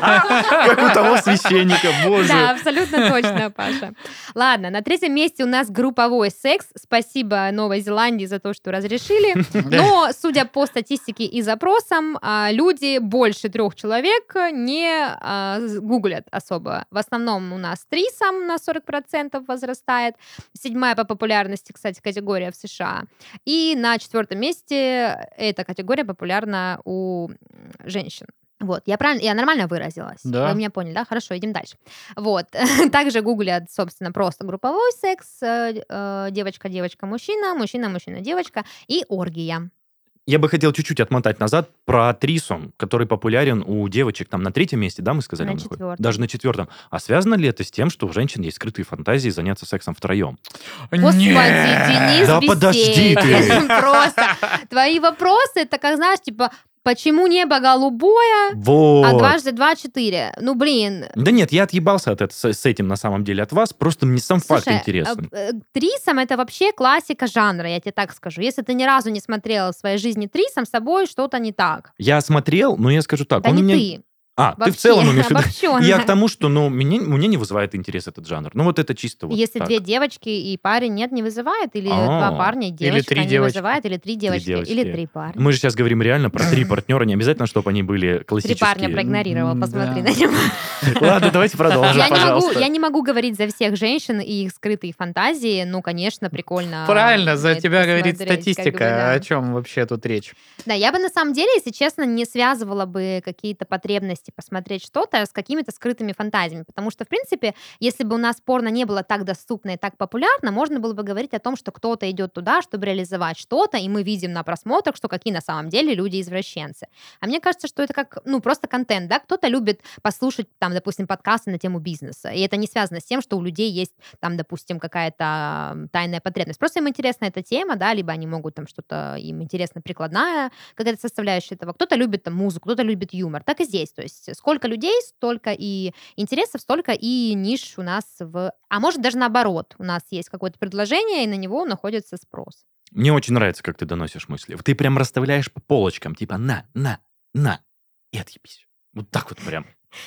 как у того священника, Да, боже. абсолютно точно, Паша. Ладно, на третьем месте у нас групповой секс. Спасибо Новой Зеландии за то, что разрешили. Но, судя по статистике и запросам, а, люди больше трех человек не а, з- гуглят особо. В основном у нас трисом на сорок процентов возрастает. Седьмая по популярности, кстати, категория в США. И на четвертом месте эта категория популярна у м, женщин. Вот, я правильно, я нормально выразилась? Да. Вы меня поняли, да? Хорошо, идем дальше. Вот, также гуглят, собственно, просто групповой секс, э, э, девочка-девочка-мужчина, мужчина-мужчина-девочка и оргия. Я бы хотел чуть-чуть отмотать назад про трисом, который популярен у девочек там на третьем месте, да, мы сказали? На он находится? четвертом. Даже на четвертом. А связано ли это с тем, что у женщин есть скрытые фантазии заняться сексом втроем? Господи, Нет. Денис Да Бесей. подожди ты. Просто твои вопросы, это как, знаешь, типа, почему небо голубое, Вот. а дважды два четыре? Ну, блин. Да нет, я отъебался от это, с, с этим на самом деле от вас, просто мне сам факт Слушай, интересный. э, э, трисом это вообще классика жанра, я тебе так скажу. Если ты ни разу не смотрела в своей жизни трисом, с собой что-то не так. Я смотрел, но я скажу так, Да он не меня... ты. А, ты в Вообще, целом имеешь в виду? обобщенно. Я к тому, что, ну, меня, мне не вызывает интерес этот жанр. Ну, вот это чисто вот Если так. две девочки и парень нет, не вызывает, или А. два парня и девочка три не девочки. вызывает, или три девочки, девочки. или три парня. Мы же сейчас говорим реально про три партнера, не обязательно, чтобы они были Три классические. парня проигнорировал, М, посмотри да. на него. Ладно, давайте продолжим, Я не, могу, пожалуйста. я не могу говорить за всех женщин и их скрытые фантазии. Ну, конечно, прикольно. Правильно, за это тебя говорит посмотреть, как бы, статистика. да. О чем вообще тут речь? Да, я бы на самом деле, если честно, не связывала бы какие-то потребности посмотреть что-то с какими-то скрытыми фантазиями. Потому что, в принципе, если бы у нас порно не было так доступно и так популярно, можно было бы говорить о том, что кто-то идет туда, чтобы реализовать что-то, и мы видим на просмотрах, что какие на самом деле люди-извращенцы. А мне кажется, что это как, ну, просто контент, да, кто-то любит послушать, там, допустим, подкасты на тему бизнеса, и это не связано с тем, что у людей есть, там, допустим, какая-то м, тайная потребность. Просто им интересна эта тема, да, либо они могут там что-то, им интересна прикладная какая-то составляющая этого. Кто-то любит там музыку, кто-то любит юмор. Так и здесь, то есть сколько людей, столько и интересов, столько и ниш у нас в... А может даже наоборот, у нас есть какое-то предложение, и на него находится спрос. Мне очень нравится, как ты доносишь мысли. Ты прям расставляешь по полочкам, типа на, на, на, и отъебись. Вот так вот прям.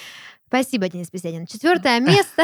Спасибо, Денис Беседин. Четвертое место.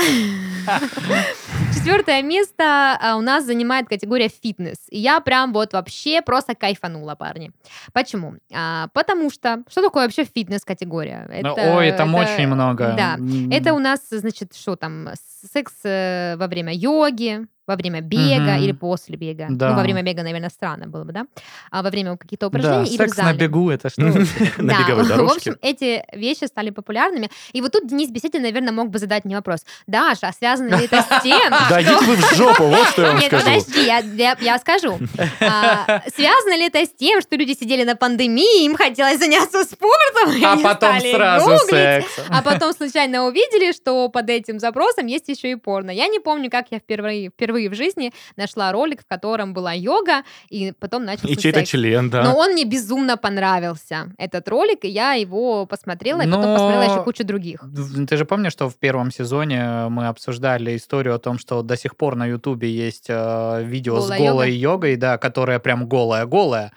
Четвертое место а, у нас занимает категория фитнес. И я прям вот вообще просто кайфанула, парни. Почему? А, потому что что такое вообще фитнес-категория? Ну, ой, там очень много. Да. М. Это у нас, значит, что там? Секс э, во время йоги, во время бега Мгм. или после бега. Да. Ну, во время бега, наверное, странно было бы, да? А во время каких-то Да, упражнений или в секс на зале. бегу, это что? На Да, беговой в дорожке. общем, эти вещи стали популярными. И вот тут Денис Беседин, наверное, мог бы задать мне вопрос. Даша, а связано ли это с тем, Да, идите вы в жопу, вот что я вам Нет, скажу. подожди, я, я- я скажу. А, связано ли это с тем, что люди сидели на пандемии, им хотелось заняться спортом, и А они потом стали сразу гуглить, секс. а потом случайно увидели, что под этим запросом есть еще и порно. Я не помню, как я впервые, впервые в жизни нашла ролик, в котором была йога, и потом начался И чей-то секс. член, да. Но он мне безумно понравился, этот ролик, и я его посмотрела, и потом Но- посмотрела еще кучу других. В- Ты же помнишь, что в первом сезоне мы обсуждали историю о том, что до сих пор на Ютубе есть э, видео Голая с голой йогой, да, которая прям голая-голая.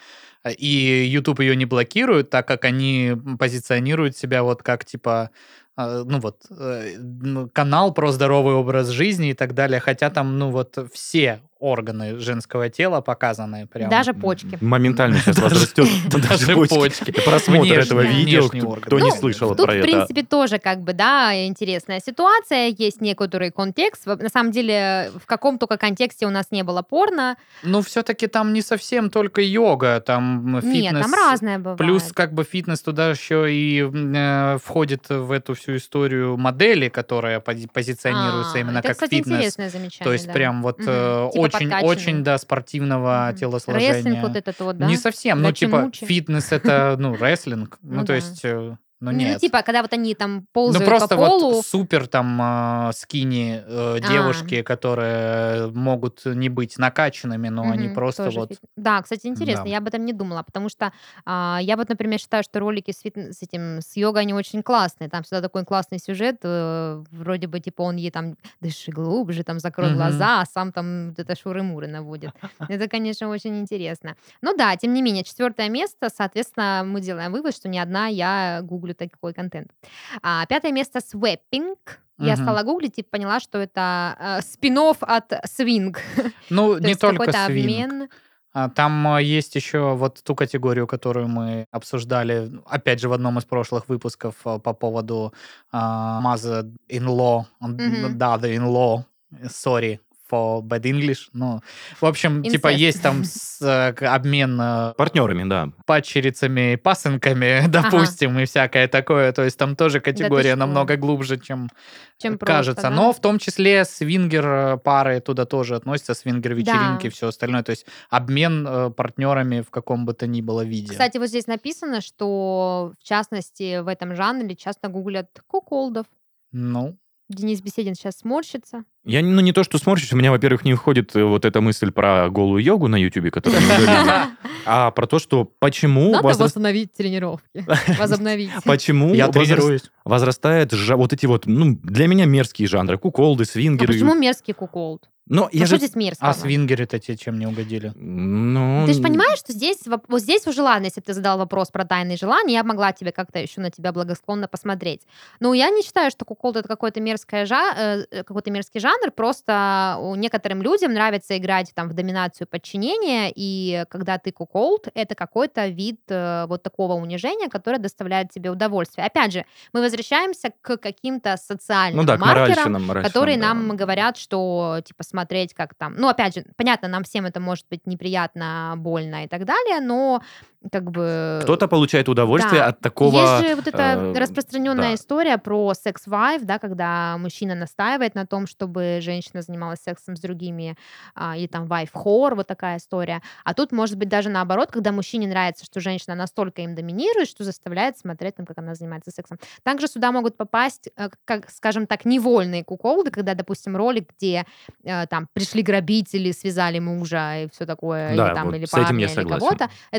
И YouTube ее не блокирует, так как они позиционируют себя вот как типа э, ну вот э, ну, канал про здоровый образ жизни и так далее, хотя там ну вот все органы женского тела показаны прям. Даже почки. Моментально сейчас Даже- возрастет даже даже почки. почки. И просмотр Внешние- этого видео, внешние кто органы. кто не Ну, слышал Тут, про в это. принципе, тоже как бы, да, интересная ситуация, есть некоторый контекст. Во- На самом деле, в каком только контексте у нас не было порно. Ну, все-таки там не совсем только йога, там фитнес. Нет, там разное бывает. Плюс как бы фитнес туда еще и э, входит в эту всю историю модели, которая пози- позиционируется А, именно это, как кстати, фитнес. интересное замечание. То есть да. прям вот Мгм. э, Типа очень, подкачанный. очень, да, спортивного Мгм. телосложения. Рестлинг вот этот вот, да? Не совсем, ну типа Гачи-мучи. фитнес это, ну, рестлинг, ну Ну то да. есть, э, ну Ну, нет. типа, когда вот они там Ну ползают просто по полу. вот супер там э, скини э, А. девушки, которые могут не быть накачанными, но они Мгм, просто тоже вот... фит- Да, кстати, интересно, Да. я об этом не думала, потому что а, я вот, например, считаю, что ролики с, фитн- с этим, с йогой, они очень классные, там всегда такой классный сюжет, э, вроде бы, типа, он ей там, дыши глубже, там, закрой Мгм. глаза, а сам там вот это шуры-муры наводит. Это, конечно, очень интересно. Ну да, тем не менее, четвертое место, соответственно, мы делаем вывод, что не одна я гуглю такой контент. А, пятое место — свэппинг. Я Мгм. стала гуглить и поняла, что это э, спин-офф от свинг. Ну, То не есть только какой-то свинг. обмен. А, Там а, есть еще вот ту категорию, которую мы обсуждали, опять же, в одном из прошлых выпусков а, по поводу а, mother-in-law, Мгм. daughter-in-law, sorry for bad English. Ну, в общем, типа Инцест. есть там с, э, к- обмен э, Партнерами, да. падчерицами, пасынками, допустим, и всякое такое. То есть там тоже категория что? намного глубже, чем Чем кажется. просто, да? Но в том числе свингер-пары туда тоже относятся, свингер-вечеринки, Да. все остальное. То есть обмен э, партнерами в каком бы то ни было виде. Кстати, вот здесь написано, что в частности в этом жанре часто гуглят куколдов. Ну, Денис Беседин сейчас сморщится. Я, ну, не то, что смотришь, у меня, во-первых, не входит э, вот эта мысль про голую йогу на Ютубе, которую мы удалили, а про то, что почему, Надо возраст- восстановить тренировки. Возобновить. почему я возраст- тренируюсь. возрастает жа- вот эти вот, ну, для меня мерзкие жанры, куколды, А свингеры. почему мерзкий куколд? Но Ну я что же... здесь мерзкого? А свингеры-то тебе чем не угодили? Ну... Ты же понимаешь, что здесь, воп- вот здесь уже ладно, если бы ты задал вопрос про тайные желания, я могла тебе как-то еще на тебя благосклонно посмотреть. Но я не считаю, что куколд — это какой-то мерзкий, жа- э, какой-то мерзкий жанр, просто у некоторым людям нравится играть там в доминацию подчинения, и когда ты куколд, это какой-то вид э, вот такого унижения, которое доставляет тебе удовольствие. Опять же, мы возвращаемся к каким-то социальным Ну да, к маркерам, моральщинам, моральщинам, которые да. нам говорят, что, типа, смотреть как там... Ну, опять же, понятно, нам всем это может быть неприятно, больно и так далее, но как бы... Кто-то получает удовольствие Да. от такого... Есть же вот эта э, распространенная да. история про секс-вайф, да, когда мужчина настаивает на том, чтобы женщина занималась сексом с другими, а, или там вайф-хор, вот такая история. А тут может быть даже наоборот, когда мужчине нравится, что женщина настолько им доминирует, что заставляет смотреть, там, как она занимается сексом. Также сюда могут попасть, э, как, скажем так, невольные куколды, когда, допустим, ролик, где э, там пришли грабители, связали мужа и все такое, Да, или там вот или с этим парня, я или согласен. кого-то, это Мгм. тоже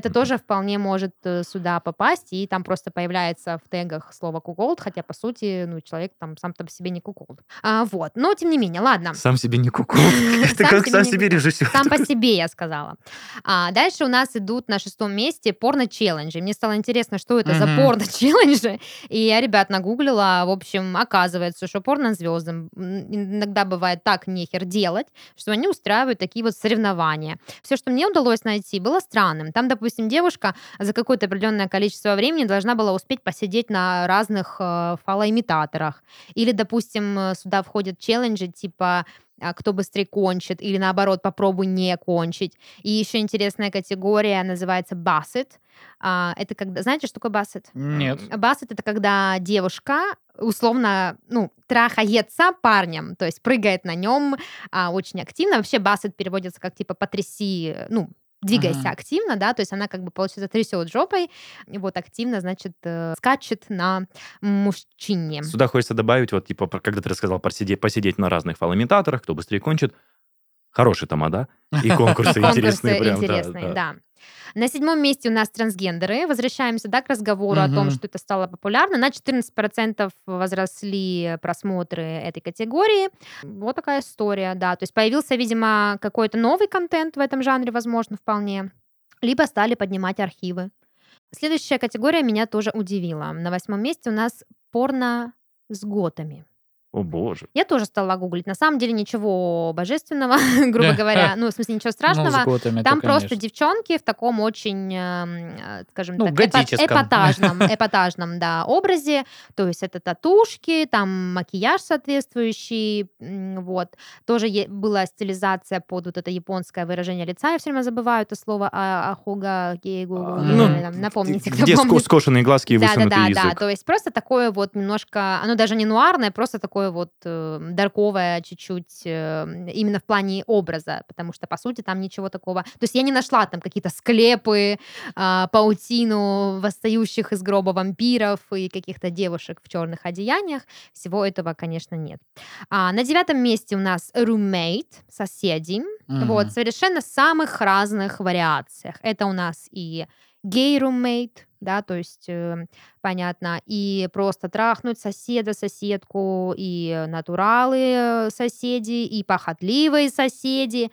вполне может э, сюда попасть, и там просто появляется в тегах слово куколд, хотя, по сути, ну, человек там сам-то по себе не куколд. А, вот, но тем не менее, ладно. Сам себе не куку. Ты Сам как себе сам не себе куколд. режиссер. Сам по себе, я сказала. А, дальше у нас идут на шестом месте порно-челленджи. Мне стало интересно, что это за Мгм. порно-челленджи. И я, ребят, нагуглила. В общем, оказывается, что порно-звездам м, иногда бывает так нехер делать, что они устраивают такие вот соревнования. Все, что мне удалось найти, было странным. Там, допустим, девушка за какое-то определенное количество времени должна была успеть посидеть на разных э, фалоимитаторах. Или, допустим, э, сюда входят челленджи типа а, кто быстрее кончит, или наоборот, попробуй не кончить. И еще интересная категория называется бассет. А, это когда, знаете, что такое бассет? Нет. Бассет это когда девушка условно, ну, трахается парнем, то есть прыгает на нем а, очень активно. Вообще бассет переводится как типа потряси, ну, двигайся Мгм. активно, да, то есть она как бы, получается, трясет жопой, и вот активно, значит, э, скачет на мужчине. Сюда хочется добавить, вот, типа, про- когда ты рассказал посидеть, посидеть на разных фалоимитаторах, кто быстрее кончит. Хороший там, а, да? И конкурсы интересные Конкурсы прям, да, интересные, да. да. На седьмом месте у нас трансгендеры. Возвращаемся, да, к разговору о том, Мгм. что это стало популярно. На четырнадцать процентов возросли просмотры этой категории. Вот такая история, да. То есть появился, видимо, какой-то новый контент в этом жанре, возможно, вполне. Либо стали поднимать архивы. Следующая категория меня тоже удивила. На восьмом месте у нас порно с готами. О, боже. Я тоже стала гуглить. На самом деле ничего божественного, грубо говоря. Ну, в смысле, ничего Ну, с страшного. готами-то, Там просто конечно. девчонки в таком очень, эм, э, скажем Ну, так, эпа- готическом. эпатажном, эпатажном, да, образе. То есть это татушки, там макияж соответствующий, м, вот. Тоже е- была стилизация под вот это японское выражение лица. Я все время забываю это слово а- ахуга, гейгу, А, Ну, э, напомните, кто где ско- помнит. скошенные глазки и Да, да, высунутый да, да. язык. То есть просто такое вот немножко, оно даже не нуарное, просто такое вот э, дарковое чуть-чуть э, именно в плане образа, потому что, по сути, там ничего такого... То есть я не нашла там какие-то склепы, а, паутину восстающих из гроба вампиров и каких-то девушек в черных одеяниях. Всего этого, конечно, нет. А, на девятом месте у нас roommate, соседи. Мгм. Вот, совершенно самых разных вариациях. Это у нас и гей-руммейт, да, то есть, э, понятно, и просто трахнуть соседа, соседку, и натуралы э, соседи, и похотливые соседи,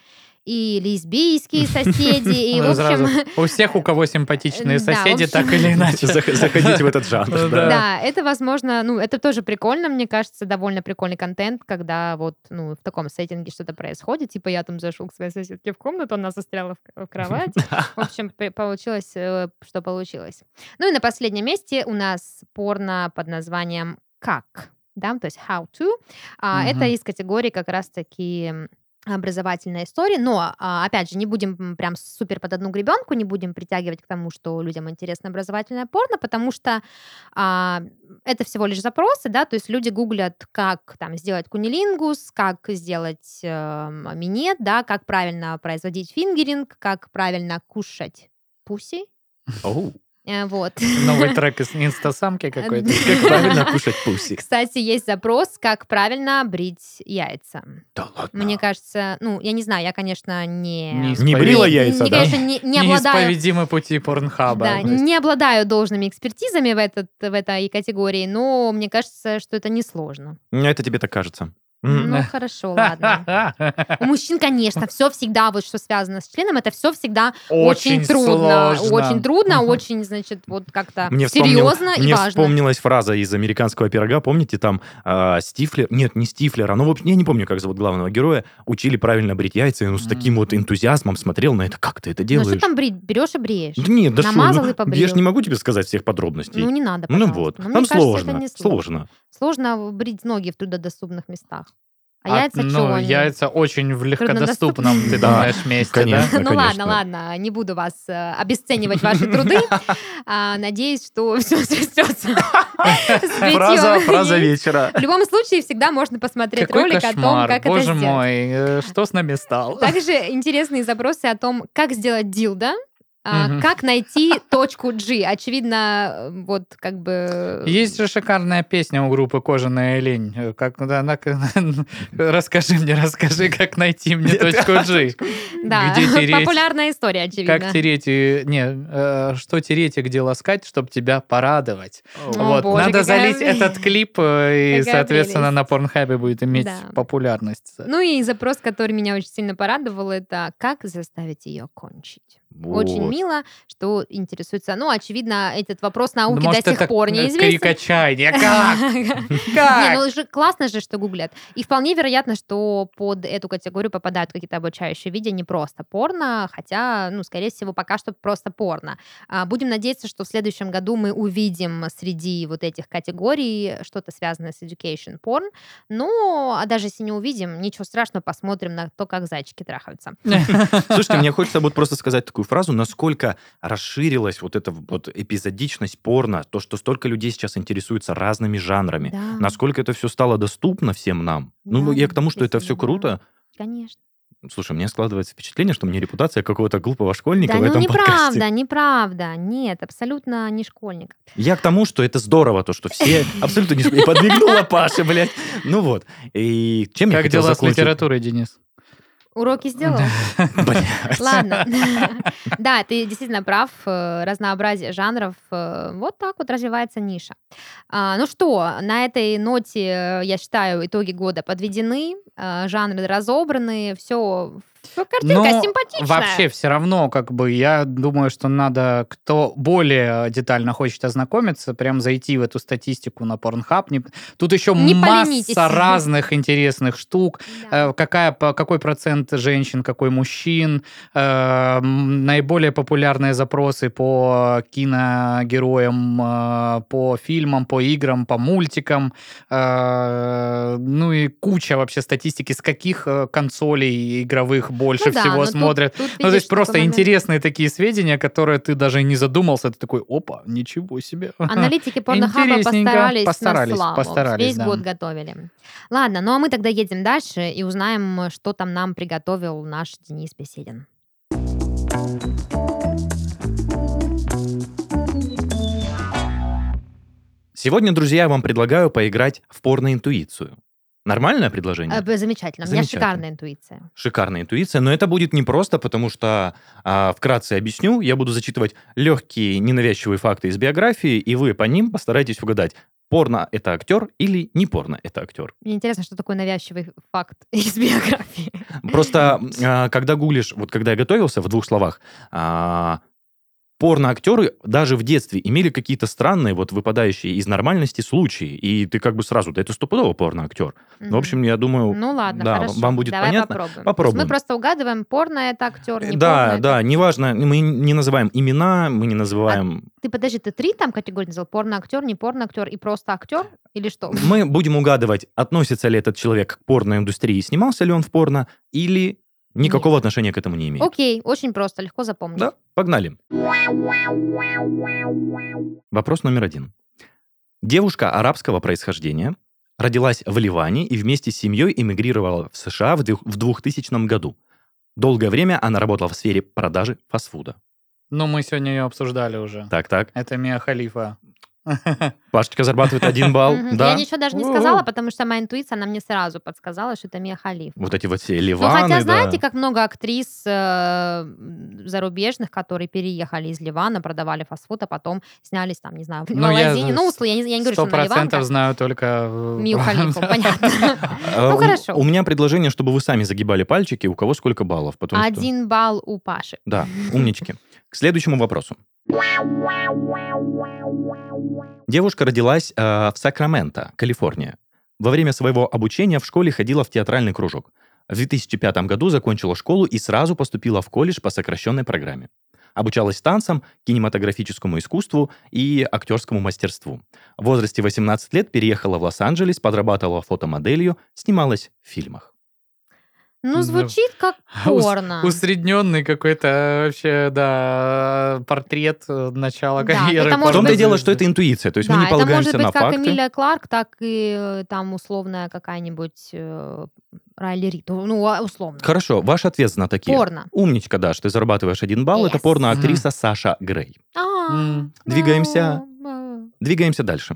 и лесбийские соседи, и, в Ну, сразу общем, у всех, у кого симпатичные да, в соседи, общем, так или иначе. Зах- Заходите в этот жанр, Ну, да. да. да, это, возможно, ну, это тоже прикольно, мне кажется, довольно прикольный контент, когда вот, ну, в таком сеттинге что-то происходит, типа я там зашел к своей соседке в комнату, она застряла в, к- в кровати, в общем, при- получилось, э, что получилось. Ну и на последнем месте у нас порно под названием «Как», да, то есть «How to». А, это Мгм. из категории как раз-таки м, образовательная история, но, а, опять же, не будем м, прям супер под одну гребенку, не будем притягивать к тому, что людям интересно образовательное порно, потому что а, это всего лишь запросы, да, то есть люди гуглят, как там сделать кунилингус, как сделать э, минет, да, как правильно производить фингеринг, как правильно кушать пуси, Оу, Э, вот. Новый трек из инстасамки какой-то. как правильно кушать пуси. Кстати, есть запрос, как правильно брить яйца. Да ладно. Мне кажется, ну, я не знаю, я, конечно, не... Не Не брила не- яйца, не, да? конечно, не, не обладаю... Неисповедимы пути порнхаба. Да, То есть, не обладаю должными экспертизами в, этот, в этой категории, но мне кажется, что это несложно. Ну, это тебе так кажется. М. Ну, хорошо, ладно. У мужчин, конечно, все всегда, вот что связано с членом, это все всегда очень, Очень трудно. сложно. Очень трудно, Мгм. очень, значит, вот как-то Мне, вспомнил- серьезно и мне важно. вспомнилась фраза из «Американского пирога». Помните, там а, Стифлер... Нет, не Стифлера. Ну, в общем, я не помню, как зовут главного героя. Учили правильно брить яйца, и он с таким вот энтузиазмом смотрел на это. Как ты это Ну, делаешь? что там брить? Берешь и бреешь. Да нет, да что, Намазал ну, и побрил. я же не могу тебе сказать всех подробностей. Ну, не надо, Ну пожалуйста. вот, Но там мне кажется, сложно, это не сложно. Сложно брить ноги в труднодоступных местах. А, А, яйца ну, чего они? яйца очень в легкодоступном, ты Да, думаешь, месте, да? конечно. Ну ладно, ладно, не буду вас э, обесценивать ваши труды. А, Надеюсь, что все срастется. с Фраза, бритьем фраза яиц. вечера. В любом случае, всегда можно посмотреть Какой ролик о том, кошмар, как боже это сделать. мой, э, что с нами стало? Также интересные запросы о том, как сделать дилдо. А, Мгм. Как найти точку G? Очевидно, вот как бы... Есть же шикарная песня у группы «Кожаная лень». Э, Как, да, она, расскажи мне, расскажи, как найти мне точку G. Да, Где тереть, популярная история, как очевидно. тереть, и, не, э, что тереть и где ласкать, чтобы тебя порадовать. О, Вот, боже, надо какая залить прелесть. этот клип, э, и, Какая соответственно, на прелесть. Порнхабе будет иметь Да. популярность. Ну и запрос, который меня очень сильно порадовал, это как заставить ее кончить. Очень Вот. мило, что интересуется. Ну, очевидно, этот вопрос Да, науке до может, сих это пор э, неизвестен. крик отчаяния. Как? Не, Как? ну же классно же, что гуглят. И вполне вероятно, что под эту категорию попадают какие-то обучающие видео, не просто порно, хотя, ну, скорее всего, пока что просто порно. А, Будем надеяться, что в следующем году мы увидим среди вот этих категорий что-то связанное с education porn. Ну, а даже если не увидим, ничего страшного, посмотрим на то, как зайчики трахаются. Слушайте, мне хочется вот просто сказать такую фразу, насколько расширилась вот эта вот эпизодичность порно, то, что столько людей сейчас интересуются разными жанрами, Да, насколько это все стало доступно всем нам. Ну, да, я к тому, что это все действительно, да. круто. Конечно. Слушай, у меня складывается впечатление, что у меня репутация какого-то глупого школьника Да, в ну этом подкасте. неправда, неправда. Нет, абсолютно не школьник. Я к тому, что это здорово, то, что все абсолютно не... И подмигнула Паша, блядь. Ну вот. И чем я Как хотел дела с закончить? литературой, Денис? Уроки сделал? Блядь. Ладно. Да, ты действительно прав. э, Разнообразие жанров. э, Вот так вот развивается ниша. А, Ну что, на этой ноте, э, я считаю, итоги года подведены, э, жанры разобраны, все, картинка Но симпатичная. вообще все равно, как бы, я думаю, что надо, кто более детально хочет ознакомиться, прям зайти в эту статистику на Pornhub. Не- Тут еще Не поленитесь. масса разных интересных штук. Да. Э, Какая, по- какой процент женщин, какой мужчин, э, м, наиболее популярные запросы по киногероям, э, по фильмам, по играм, по мультикам, э, ну и куча вообще статистики, с каких э, консолей игровых больше Ну да, всего но тут- смотрят. тут, Ну, то видишь, есть просто такой момент. интересные такие сведения, которые ты даже не задумался. Ты такой, опа, ничего себе. Аналитики порнохаба Интересненько. постарались, Постарались, на славу. постарались, Весь да. год готовили. Ладно, ну а мы тогда едем дальше и узнаем, что там нам приготовил наш Денис Беседин. Сегодня, друзья, я вам предлагаю поиграть в порноинтуицию. Нормальное предложение? Э, б- Замечательно, у меня Замечательно. шикарная интуиция. Шикарная интуиция, но это будет не просто, потому что, а, вкратце объясню, я буду зачитывать легкие, ненавязчивые факты из биографии, и вы по ним постарайтесь угадать, порно это актер или не порно это актер. Мне интересно, что такое навязчивый факт из биографии. Просто, а, когда гуглишь, вот когда я готовился, в двух словах, а, порно-актеры даже в детстве имели какие-то странные, вот выпадающие из нормальности случаи, и ты как бы сразу, да это стопудово порно-актер. Ну, в общем, я думаю, Ну ладно, да, хорошо. вам будет Давай понятно. попробуем. То есть Попробуем. мы просто угадываем, порно это актер, не Да, порно это да, актер. неважно, мы не называем имена, мы не называем... Ты подожди, ты три там категории назвал? Порно-актер, не порно-актер и просто актер? Или что? Мы будем угадывать, относится ли этот человек к порноиндустрии, снимался ли он в порно, или никакого Нет. отношения к этому не имеет. Окей, очень просто, легко запомнить. Да, погнали. Вопрос номер один. Девушка арабского происхождения родилась в Ливане и вместе с семьей эмигрировала в США в двух- в двухтысячном году. Долгое время она работала в сфере продажи фастфуда. Ну, мы сегодня ее обсуждали уже. Так-так. Это Мия Халифа. Пашечка зарабатывает один балл. Мгм. Да. Я ничего даже не О. сказала, потому что моя интуиция, она мне сразу подсказала, что это Мия Халиф. Вот эти вот все Ну, Ливаны, хотя, знаете, да. как много актрис э, м, зарубежных, которые переехали из Ливана, продавали фастфуд, а потом снялись там, не знаю, в Ну, я Лазине. Ну, условно, я не, я не говорю, Сто что она процентов ливанка. знаю только... э, Мию Халифу, понятно. А, Ну, у- хорошо. У меня предложение, чтобы вы сами загибали пальчики, у кого сколько баллов. Потому что... Один балл у Паши. Да, умнички. К следующему вопросу. Девушка родилась э, в Сакраменто, Калифорния. Во время своего обучения в школе ходила в театральный кружок. В две тысячи пятом году закончила школу и сразу поступила в колледж по сокращенной программе. Обучалась танцам, кинематографическому искусству и актерскому мастерству. В возрасте восемнадцати лет переехала в Лос-Анджелес, подрабатывала фотомоделью, снималась в фильмах. Ну, Да. звучит как Ус- порно. Усредненный какой-то вообще, да, портрет э, начала Да, карьеры это В может том-то и быть- дело, что это интуиция. То есть мы Да, не это может полагаемся быть на как факты. Эмилия Кларк, так и э, там условная какая-нибудь э, Райли Рид. Ну, а, условно. Хорошо, ваш ответ знатоки. Порно. Умничка, Даш, ты зарабатываешь один балл. Это Yes. порно-актриса Саша Грей. А, М. Двигаемся. а, Двигаемся дальше.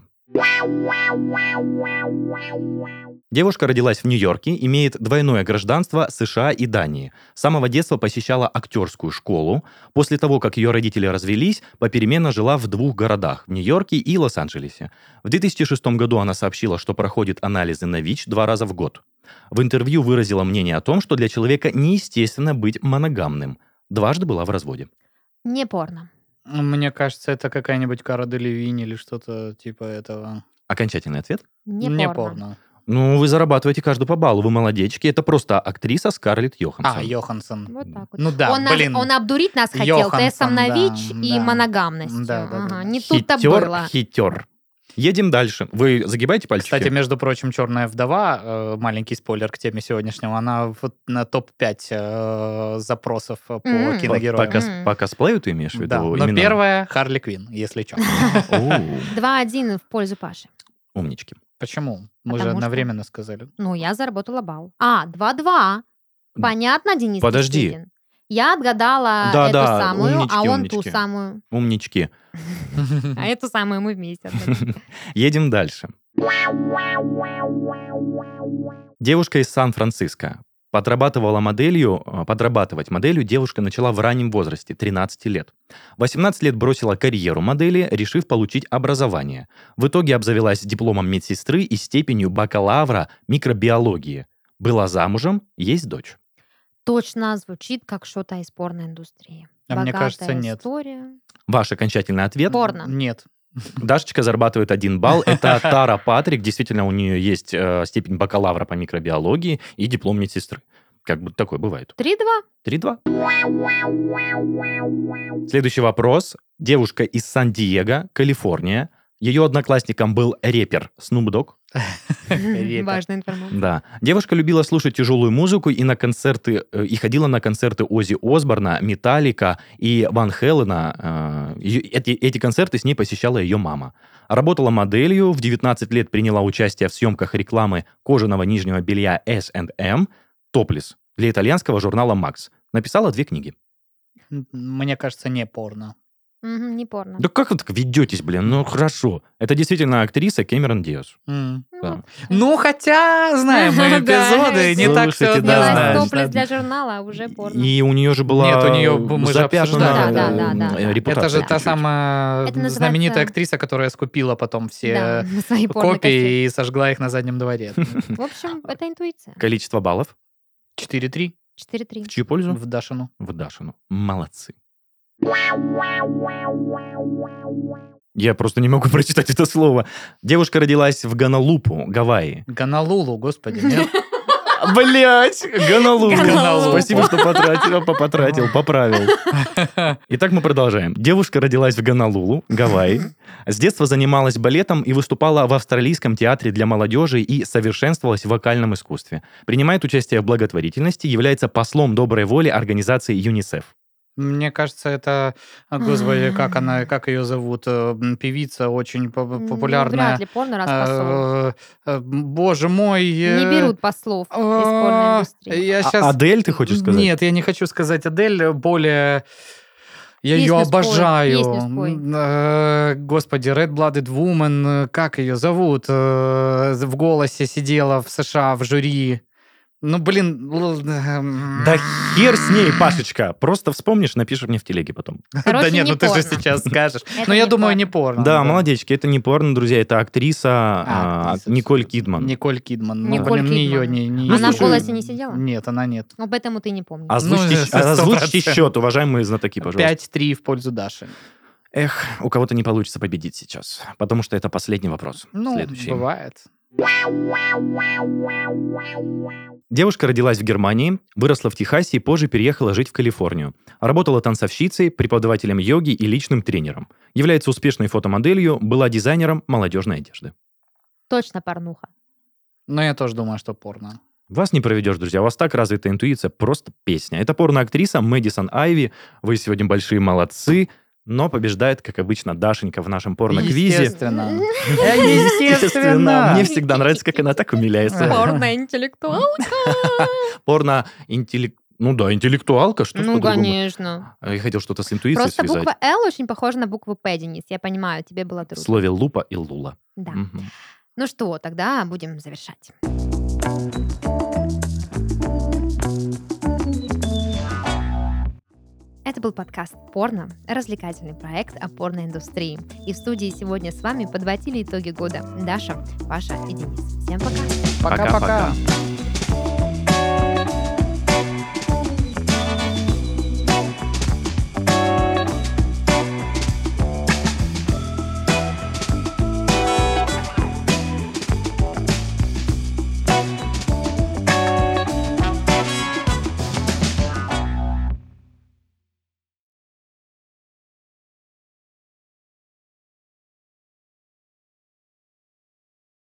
Девушка родилась в Нью-Йорке, имеет двойное гражданство США и Дании. С самого детства посещала актерскую школу. После того, как ее родители развелись, попеременно жила в двух городах – в Нью-Йорке и Лос-Анджелесе. В две тысячи шестом году она сообщила, что проходит анализы на ВИЧ два раза в год. В интервью выразила мнение о том, что для человека неестественно быть моногамным. Дважды была в разводе. Не порно. Мне кажется, это какая-нибудь Кара Делевинь или что-то типа этого. Окончательный ответ? Не, Не порно. порно. Ну, вы зарабатываете каждый по баллу, вы молодечки. Это просто актриса Скарлетт Йоханссон. А, Йоханссон. Вот так вот. Ну да, он, нас- блин. он обдурить нас хотел Йоханссон, тестом на да, ВИЧ и да. моногамностью. Да, да, да, Ага, да. не тут-то Хитер, было. хитер. Едем дальше. Вы загибаете пальчики? Кстати, между прочим, «Черная вдова», э, маленький спойлер к теме сегодняшнего, она вот на топ пять э, запросов по М. по, киногероям. по, кос- Мгм. по косплею ты имеешь в виду? Да, но именно? первая Харли Квинн, если что. Оу, два-один в пользу Паши. умнички. Почему? Мы же Потому что- одновременно сказали. Ну, я заработала балл. А, два-два. Понятно, Денис Подожди. Беседин? Я отгадала Да, эту да, самую, умнички, а он ту умнички. самую. Умнички. А эту самую мы вместе отгадали. Едем дальше. Девушка из Сан-Франциско. Подрабатывала моделью, э, подрабатывать моделью девушка начала в раннем возрасте, тринадцати лет. В восемнадцать лет бросила карьеру модели, решив получить образование. В итоге обзавелась дипломом медсестры и степенью бакалавра микробиологии. Была замужем, есть дочь. Точно звучит как что-то из порноиндустрии. А мне Богатая кажется, нет. история. Ваш окончательный ответ? Порно. Нет. Дашечка зарабатывает один балл. Это Тара Патрик. Действительно, у нее есть э, степень бакалавра по микробиологии и диплом медсестры. Как бы такое бывает. Три-два. три-два. Следующий вопрос. Девушка из Сан-Диего, Калифорния. Ее одноклассником был рэпер Snoop Dogg. Репер. Важная информация. Да. Девушка любила слушать тяжелую музыку и на концерты э, и ходила на концерты Оззи Осборна, Металлика и Ван Хелена. Э, её- эти, эти концерты с ней посещала ее мама. Работала моделью, в девятнадцать лет приняла участие в съемках рекламы кожаного нижнего белья эс энд эм «Топлес» для итальянского журнала «Макс». Написала две книги. М, Мне кажется, не порно. Мгм, не порно. Да как вы так ведетесь, блин? Ну хорошо. Это действительно актриса Кэмерон Диаз. М. Да. Ну, хотя, знаем мы Да. эпизоды, не так все Слушайте, да, Снялась знаешь, топлес однозначно. для журнала, а уже порно. И у нее же была Нет, у неё б- мы же запятнана, обсуждали. Да, да, да, э, да, да. репутация Это же та чуть-чуть. самая Это называется- знаменитая актриса, которая скупила потом все Да, на свои порнокассеты. копии и сожгла их на заднем дворе. В общем, это интуиция. Количество баллов четыре-три четыре-три. в чью пользу? в Дашину. В Дашину. Молодцы. Я просто не могу прочитать это слово. Девушка родилась в Гонолупу, Гавайи. Гонолулу, господи, нет? Блять, Гонолулу. Гонолулу. Спасибо, что потратил, потратил, поправил. Итак, мы продолжаем. Девушка родилась в Гонолулу, Гавайи. С детства занималась балетом и выступала в австралийском театре для молодежи и совершенствовалась в вокальном искусстве. Принимает участие в благотворительности, является послом доброй воли организации ЮНИСЕФ. Мне кажется, это, а, господи, как она, как ее зовут, э, м, певица очень по- Ну, популярная. вряд ли порно раз посол. Э, э, Боже мой. Не э, берут послов из а, порной индустрии. Я А- сейчас... Адель, ты хочешь сказать? Нет, я не хочу сказать Адель, более... Я Песню ее спой, обожаю. песню спой. М, э, Господи, Red Blooded Woman, э, как ее зовут? Э, В «Голосе» сидела в США в жюри. Ну, блин... л- эм, Да хер с ней, Пашечка. Просто вспомнишь, напишешь мне в телеге потом. Да Короче, нет, не ну ты же порно. сейчас скажешь. Это Но я не думаю, порно. не порно. Да, молодечки, это не порно, друзья, это актриса А, а, актриса, Николь всё. Кидман. Николь Кидман. Ну, Николь блин, не ее, Кидман. не, не Ну, Она в слушай, «Голосе» не сидела? Нет, она нет. Об этом ты не помнишь. Озвучьте, Ну, щ- озвучьте сто процентов. счет, уважаемые знатоки, пожалуйста. пять-три в пользу Даши. Эх, у кого-то не получится победить сейчас, потому что это последний вопрос. Ну, Следующий. бывает. Девушка родилась в Германии, выросла в Техасе и позже переехала жить в Калифорнию. Работала танцовщицей, преподавателем йоги и личным тренером. Является успешной фотомоделью, была дизайнером молодежной одежды. Точно порнуха. Но я тоже думаю, что порно. Вас не проведешь, друзья. У вас так развита интуиция, просто песня. Это порноактриса Мэдисон Айви. Вы сегодня большие молодцы. Но побеждает, как обычно, Дашенька в нашем порно-квизе. Естественно. Естественно. Мне всегда нравится, как она так умиляется. Порно-интеллектуалка. Порно-интеллект... Ну да, интеллектуалка, что ж Ну, по-другому. конечно. Я хотел что-то с интуицией Просто связать. буква «Л» очень похожа на букву «П», Денис. Я понимаю, тебе было В трудно. слове лупа и лула. Да. Мгм. Ну что, тогда будем завершать. Это был подкаст «Порно», развлекательный проект о порноиндустрии. И в студии сегодня с вами подводили итоги года Даша, Паша и Денис. Всем пока! Пока-пока. Пока-пока.